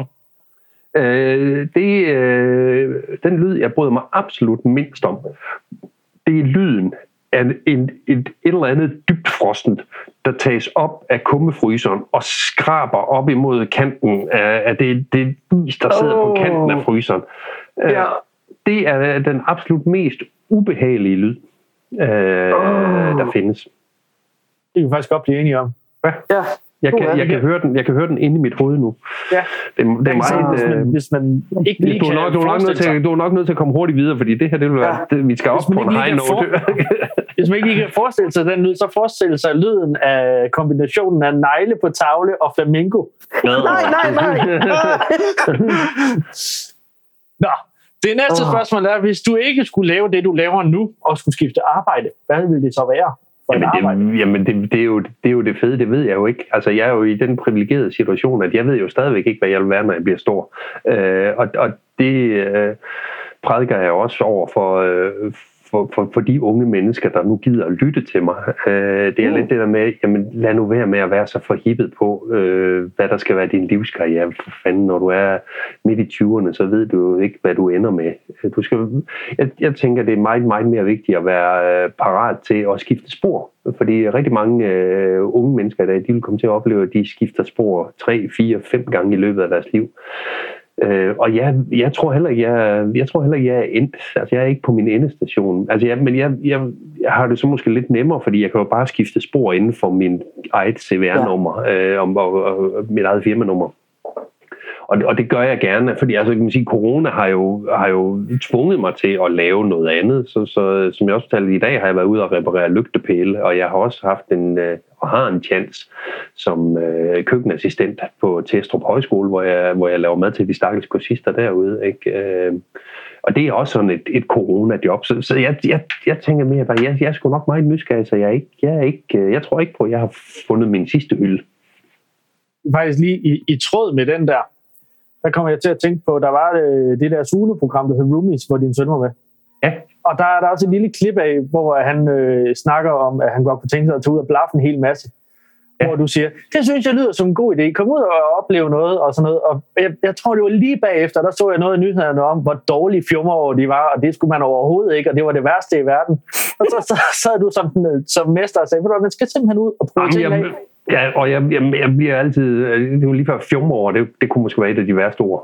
Den lyd, jeg bryder mig absolut mindst om, det er lyden af et eller andet dybtfrostent, der tages op af kummefryseren og skraber op imod kanten af det is, der sidder på kanten af fryseren. Det er den absolut mest ubehagelige lyd, der findes. Det kan vi faktisk godt blive enige om. Ja. Jeg kan høre den inde i mit hoved nu. Ja. Det er meget, hvis man ikke lige kan forestille sig. Du er nok nødt til at komme hurtigt videre, fordi det her, det vil være, vi skal op på en high note. Hvis man ikke lige kan forestille sig den lyd, så forestille sig lyden af kombinationen af negle på tavle og flamingo. Nej. Nå, det næste spørgsmål er, hvis du ikke skulle lave det, du laver nu, og skulle skifte arbejde, hvad ville det så være? Det er jo det fede, det ved jeg jo ikke. Altså, jeg er jo i den privilegerede situation, at jeg ved jo stadigvæk ikke, hvad jeg vil være, når jeg bliver stor. Og det prædiker jeg også over for de unge mennesker, der nu gider at lytte til mig. Det er lidt det der med, jamen lad nu være med at være så forhippet på, hvad der skal være din livskarriere. For fanden, når du er midt i 20'erne, så ved du jo ikke, hvad du ender med. Jeg tænker, det er meget, meget mere vigtigt at være parat til at skifte spor. Fordi rigtig mange unge mennesker i dag, de vil komme til at opleve, at de skifter spor 3, 4, 5 gange i løbet af deres liv. Og jeg tror heller ikke, jeg er endt. Altså, jeg er ikke på min endestation. Altså, men jeg har det så måske lidt nemmere, fordi jeg kan jo bare skifte spor inden for min eget CVR-nummer og mit eget firmanummer. Og det gør jeg gerne, fordi altså, kan man sige, corona har jo tvunget mig til at lave noget andet. Så som jeg også fortalte i dag, har jeg været ude og reparere lygtepæle, og jeg har også haft og har en chance som køkkenassistent på Testrup Højskole, hvor jeg laver mad til de stakkels kursister derude, ikke? Og det er også sådan et corona-job. Så jeg tænker mere bare, jeg er sgu nok meget nysgerrig, så jeg tror ikke på, at jeg har fundet min sidste hylde. Faktisk lige i tråd med den der kommer jeg til at tænke på, der var det der Zulu-program, der hed Roomies, hvor din søn var med. Ja. Og der er også et lille klip af, hvor han snakker om, at han godt kunne tænke sig at tage ud og blaffe en hel masse. Ja. Hvor du siger, det synes jeg lyder som en god idé. Kom ud og opleve noget og sådan noget. Og jeg tror, det var lige bagefter, der så jeg noget i nyhederne om, hvor dårlige fjummer de var, og det skulle man overhovedet ikke, og det var det værste i verden. Og så sad du som mester og sagde, man skal simpelthen ud og prøve ting af. Ja, og jeg bliver altid, det var lige før fjummer, det kunne måske være et af de værste ord.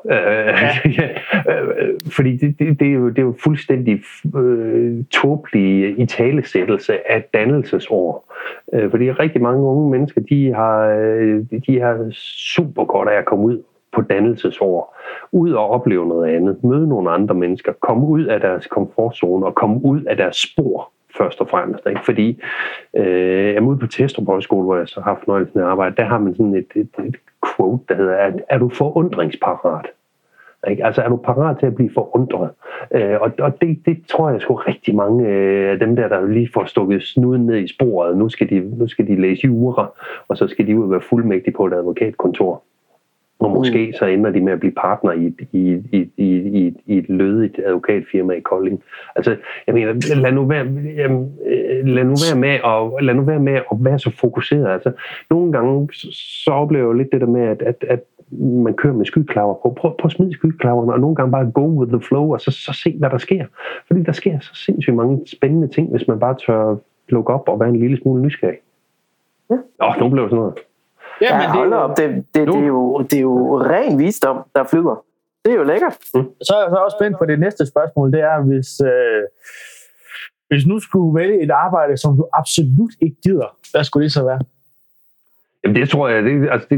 Fordi det er jo fuldstændig tåbelig italesættelse af dannelsesord. Fordi rigtig mange unge mennesker, de har super godt af at komme ud på dannelsesord. Ud og opleve noget andet. Møde nogle andre mennesker. Komme ud af deres komfortzone og komme ud af deres spor. Først og fremmest, ikke? Fordi jeg er ude på Testrup Højskole, hvor jeg så har fornøjelsen af arbejde, der har man sådan et quote, der hedder, er du forundringsparat? Ikke? Altså er du parat til at blive forundret? Og det tror jeg sgu rigtig mange af dem der lige får stukket snuden ned i sporet. Nu skal de læse jura, og så skal de ud og være fuldmægtige på et advokatkontor. Og måske så ender de med at blive partner i et lødigt advokatfirma i Kolding. Altså, jeg mener, lad nu være med at være så fokuseret. Altså, nogle gange så oplever jeg lidt det der med, at man kører med skyklapper på. Prøv at smide skyklapperne, og nogle gange bare go with the flow, og så se, hvad der sker. Fordi der sker så sindssygt mange spændende ting, hvis man bare tør lukke op og være en lille smule nysgerrig. Ja. Nu blev det sådan noget. Ja, men hold op, det er jo ren visdom, der flyder. Det er jo lækkert. Så er jeg så også spændt på det næste spørgsmål. Det er, hvis nu skulle vælge et arbejde, som du absolut ikke gider, hvad skulle det så være? Jamen det tror jeg,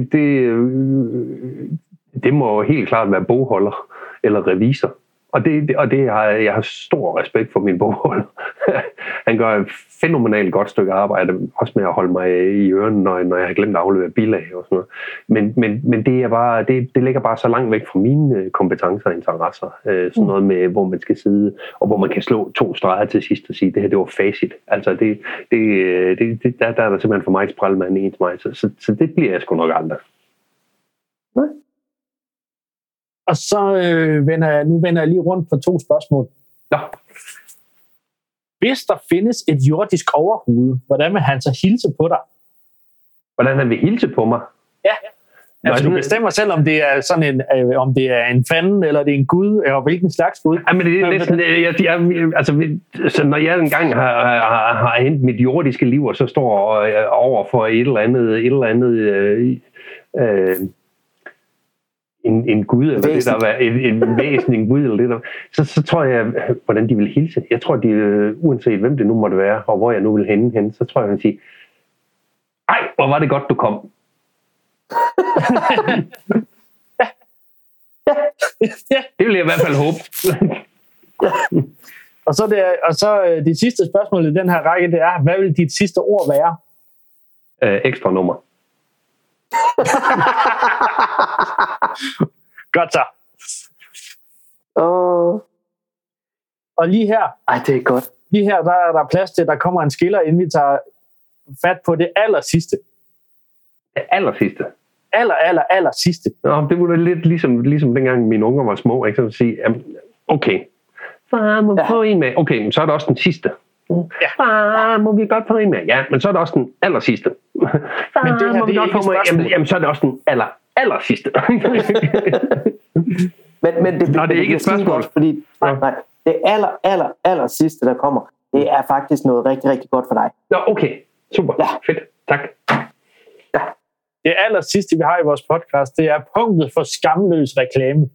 det må helt klart være bogholder eller revisor. Og det jeg har stor respekt for min bogholder. Han gør et fænomenalt godt stykke arbejde, også med at holde mig i ørerne, når jeg har glemt at aflevere bilag og sådan noget. Men det er bare, det ligger bare så langt væk fra mine kompetencer og interesser. Sådan noget med, hvor man skal sidde, og hvor man kan slå 2 streger til sidst og sige, det her det var facit. Altså der er der simpelthen for mig et sprælmand en til mig, så det bliver jeg sgu nok aldrig. Nej. Og så vender jeg lige rundt på 2 spørgsmål. Ja. Hvis der findes et jordisk overhoved, hvordan vil han så hilse på dig? Hvordan han vil hilse på mig? Ja. Altså, du bestemmer selv, om det er sådan om det er en fanden, eller det er en gud, eller hvilken slags gud. Ja, men det er næsten, så når jeg engang har hentet mit jordiske liv, og så står over for et eller andet en gud, eller det der var en væsen, en gud, eller det der, så tror jeg, hvordan de vil hilse. Jeg tror, de uanset hvem det nu måtte være, og hvor jeg nu vil hen, så tror jeg, han siger, ej, hvor var det godt, du kom. Ja. Det vil jeg i hvert fald håbe. Og så det sidste spørgsmål i den her række, det er, hvad vil dit sidste ord være? Ekstra nummer. Godt så. Og lige her. Ej, det er godt. Lige her, der er der plads til, at der kommer en skiller, inden vi tager fat på det aller sidste. Det aller sidste? Aller sidste. Nå, det var lidt ligesom dengang mine unger var små, ikke? Så at sige, okay, far, må vi få en med? Okay, så er det også den sidste. Ja. Far, må vi godt få en med? Ja, men så er det også den aller sidste. Far, men det her, må vi godt få med? Jamen, så er det også den aller sidste. men det er ikke et spørgsmål. Godt, fordi, nej, det aller sidste, der kommer, det er faktisk noget rigtig, rigtig godt for dig. Nå, okay. Super. Ja. Fedt. Tak. Ja. Det aller sidste, vi har i vores podcast, det er punktet for skamløs reklame.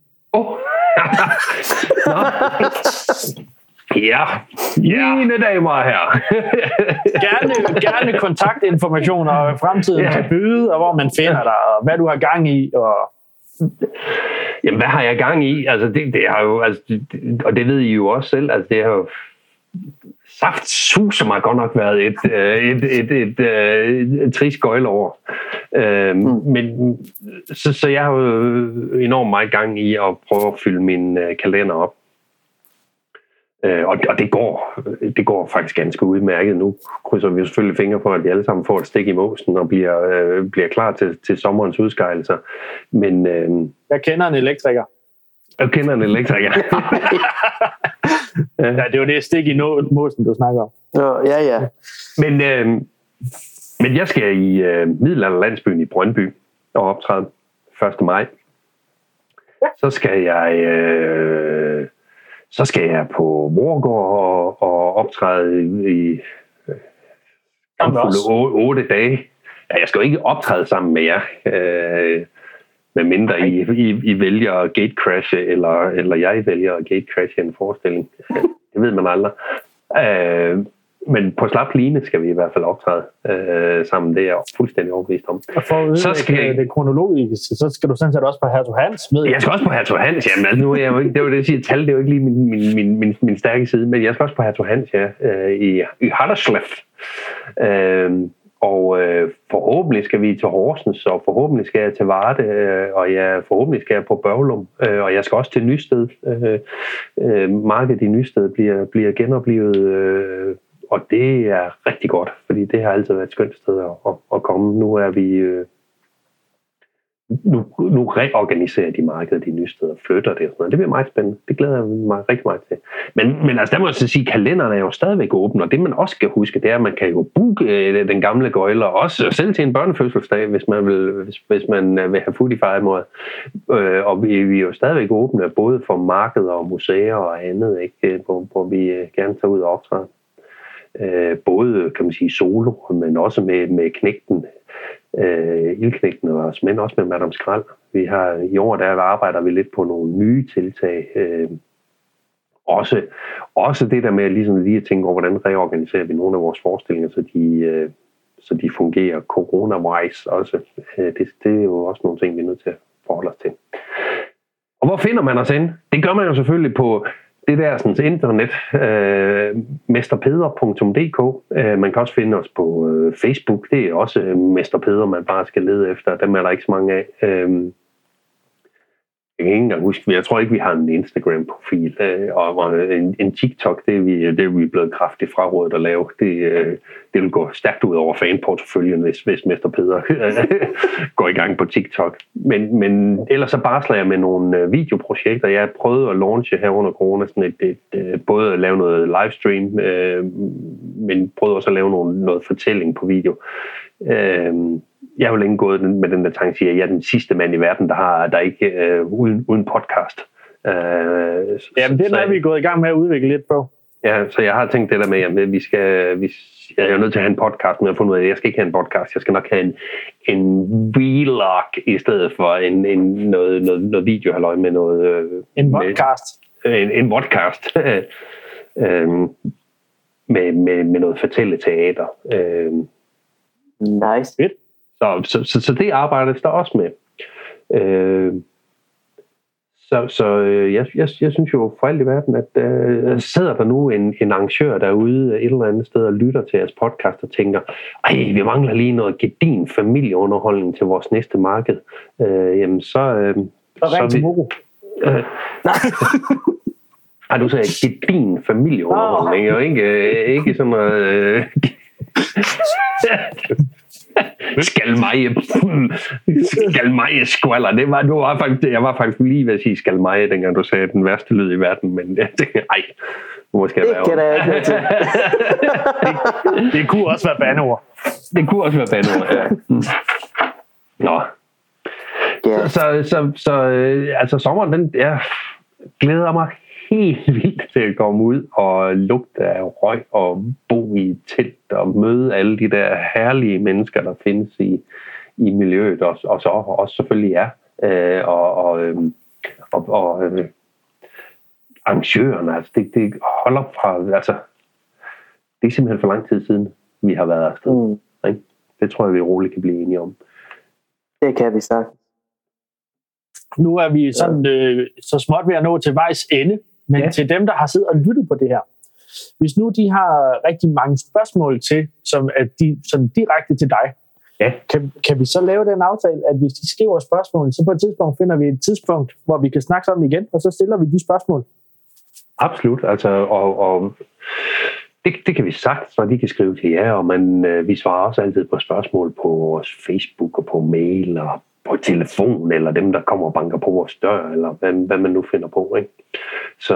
Ja, mine damer og herrer. gerne kontaktinformationer og fremtiden kan byde, og hvor man finder dig, og hvad du har gang i. Og Jamen, hvad har jeg gang i? Altså, det har jo, altså, og det ved I jo også selv, altså, det har jo saftsus, har godt nok været et trist gøjleår. Men så jeg har jo enormt meget gang i at prøve at fylde min kalender op. Og det går faktisk ganske udmærket. Nu krydser vi selvfølgelig fingre på, at de alle sammen får et stik i måsen og bliver klar til sommerens udskejelser. Men jeg kender en elektriker. Ja, det er jo det stik i måsen, du snakker om. Ja. Men jeg skal i middelalderlandsbyen i Brøndby og optræde 1. maj. Så skal jeg på Vorgård og optræde i 8 dage. Ja, jeg skal jo ikke optræde sammen med jer, medmindre I vælger at gatecrashe, eller jeg vælger at gatecrashe en forestilling. Det ved man aldrig. Men på slap line skal vi i hvert fald optræde sammen. Det er jeg fuldstændig overbevist om. Og for at udlægge det kronologiske, så skal du sådan set også på Hertug Hans med. Jeg skal også på Hertug Hans, jamen altså nu er jeg jo ikke, det var det, jeg siger, tal det er jo ikke lige min stærke side, men jeg skal også på Hertug Hans, ja, i Haderslev. Og forhåbentlig skal vi til Horsens, og forhåbentlig skal jeg til Varde, og forhåbentlig skal jeg på Børglum, og jeg skal også til Nysted. Markedet i Nysted bliver genoplevet, og det er rigtig godt, fordi det har altid været et skønt sted at komme. Nu er vi... Nu reorganiserer de markedet i Nysted og flytter det og sådan noget. Det bliver meget spændende. Det glæder jeg mig rigtig meget til. Men altså, der må jeg så sige, at kalenderen er jo stadigvæk åben, og det man også skal huske, det er, at man kan jo booke den gamle gøjler, også selv til en børnefødselsdag, hvis man vil have fuld i fejremåde. Og vi er jo stadigvæk åbne, både for markeder og museer og andet, ikke? Hvor vi gerne tager ud og optræde. Både, kan man sige, solo, men også med knægten, Ildknægten og os, men også med Madame Skrald. Vi har i år, der arbejder vi lidt på nogle nye tiltag. Også det der med ligesom lige at tænke over, hvordan reorganiserer vi nogle af vores forestillinger, så de fungerer corona-wise også. Det er jo også nogle ting, vi er nødt til at forholde os til. Og hvor finder man os hen? Det gør man jo selvfølgelig på det der sådan, internet, mesterpeder.dk. Man kan også finde os på Facebook. Det er også Mesterpeder, man bare skal lede efter. Dem er der ikke så mange af. Jeg kan ikke engang huske, jeg tror ikke, vi har en Instagram-profil, og en TikTok, det er vi blevet kraftigt frarådet at lave. Det vil gå stærkt ud over fanporteføljen, hvis Mester Peder går i gang på TikTok. Men ellers så barsler jeg med nogle videoprojekter. Jeg har prøvet at launche her under corona, sådan både at lave noget livestream, men prøvet også at lave noget fortælling på video. Jeg har jo længe gået med den der tanke, at jeg er den sidste mand i verden, der ikke uden podcast. Jamen, det er noget, vi er gået i gang med at udvikle lidt på. Ja, så jeg har tænkt det der med, at jeg er jo nødt til at have en podcast, men jeg har fundet ud af, at jeg skal ikke have en podcast. Jeg skal nok have en vlog i stedet for noget videohalløj med noget... En podcast. En podcast. med noget fortælleteater. Nice. Fedt. Så det arbejdes der også med. Jeg synes jo for alt i verden, at sidder der nu en arrangør derude et eller andet sted og lytter til jeres podcast og tænker, vi mangler lige noget gedin familieunderholdning til vores næste marked. Jamen så ring til Moro. Nej, du sagde gedin familieunderholdning, og ikke sådan noget... Skalmeje skvaller. Jeg var faktisk lige ved at sige skalmeje, dengang du sagde den værste lyd i verden, men jeg tænkte, måske det kan jeg ikke til. Det kunne også være bandeord. Det kunne også være bandeord, ja. Nå. Yeah. Så altså sommeren, den glæder mig helt vildt til at komme ud og lugte af røg og bo i et telt og møde alle de der herlige mennesker, der findes i miljøet, og så også selvfølgelig og arrangørerne. Altså det holder fra, altså det er simpelthen for lang tid siden, vi har været afsted. Ikke? Det tror jeg, vi roligt kan blive enige om. Det kan vi sagt. Nu er vi sådan, så småt ved at nå til vejs ende, men til dem, der har siddet og lyttet på det her, hvis nu de har rigtig mange spørgsmål til, som er sådan direkte til dig, kan vi så lave den aftale, at hvis de skriver spørgsmål, så på et tidspunkt finder vi et tidspunkt, hvor vi kan snakke sammen igen, og så stiller vi de spørgsmål? Absolut, altså, og det kan vi sagt, så de kan skrive til jer, og vi svarer også altid på spørgsmål på vores Facebook og på mail og på telefon, eller dem, der kommer og banker på vores dør, eller hvad man nu finder på, ikke? Så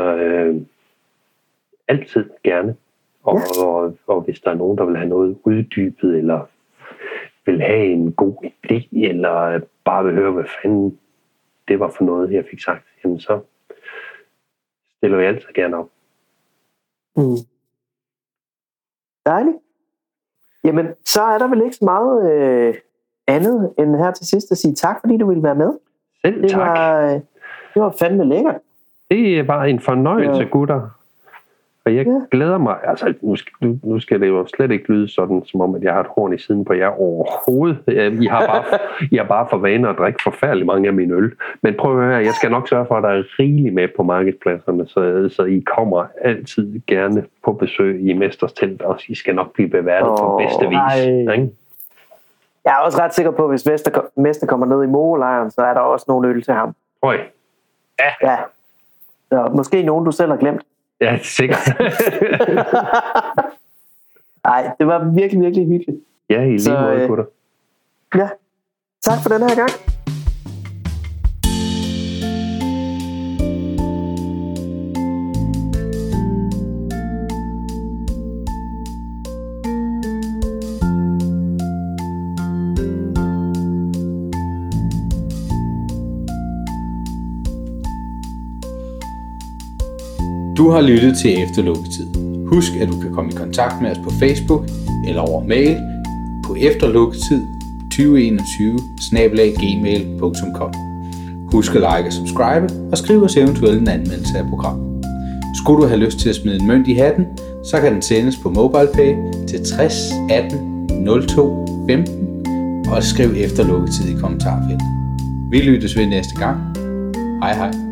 altid gerne. Og hvis der er nogen, der vil have noget uddybet, eller vil have en god idé, eller bare vil høre, hvad fanden det var for noget, jeg fik sagt, jamen så stiller vi altid gerne op. Mm. Dejligt. Jamen, så er der vel ikke så meget andet end her til sidst at sige tak, fordi du ville være med. Selv tak. Det var fandme lækkert. Det er bare en fornøjelse, gutter. Og jeg glæder mig, altså nu skal det jo slet ikke lyde sådan, som om at jeg har et horn i siden på jer overhovedet. I har bare for vane at drikke forfærdeligt mange af mine øl. Men prøv at høre, jeg skal nok sørge for, at der er rigeligt med på markedspladserne, så I kommer altid gerne på besøg i Mesters Telt, og I skal nok blive beværtet på bedste vis. Ikke? Jeg er også ret sikker på, at hvis Mester kommer ned i Mogelejren, så er der også nogle øl til ham. Oj. Ja. Så måske nogen, du selv har glemt. Ja, sikkert. Nej, det var virkelig, virkelig hyggeligt. Ja, i lige måde, gutter. Ja, tak for den her gang. Du har lyttet til Efterlukketid. Husk, at du kan komme i kontakt med os på Facebook eller over mail på efterlukketid2021@gmail.com. Husk at like og subscribe og skriv os eventuelt en anmeldelse af programmet. Skulle du have lyst til at smide en mønt i hatten, så kan den sendes på MobilePay til 60 18 02 15 og skriv Efterlukketid i kommentarfeltet. Vi lyttes ved næste gang. Hej hej.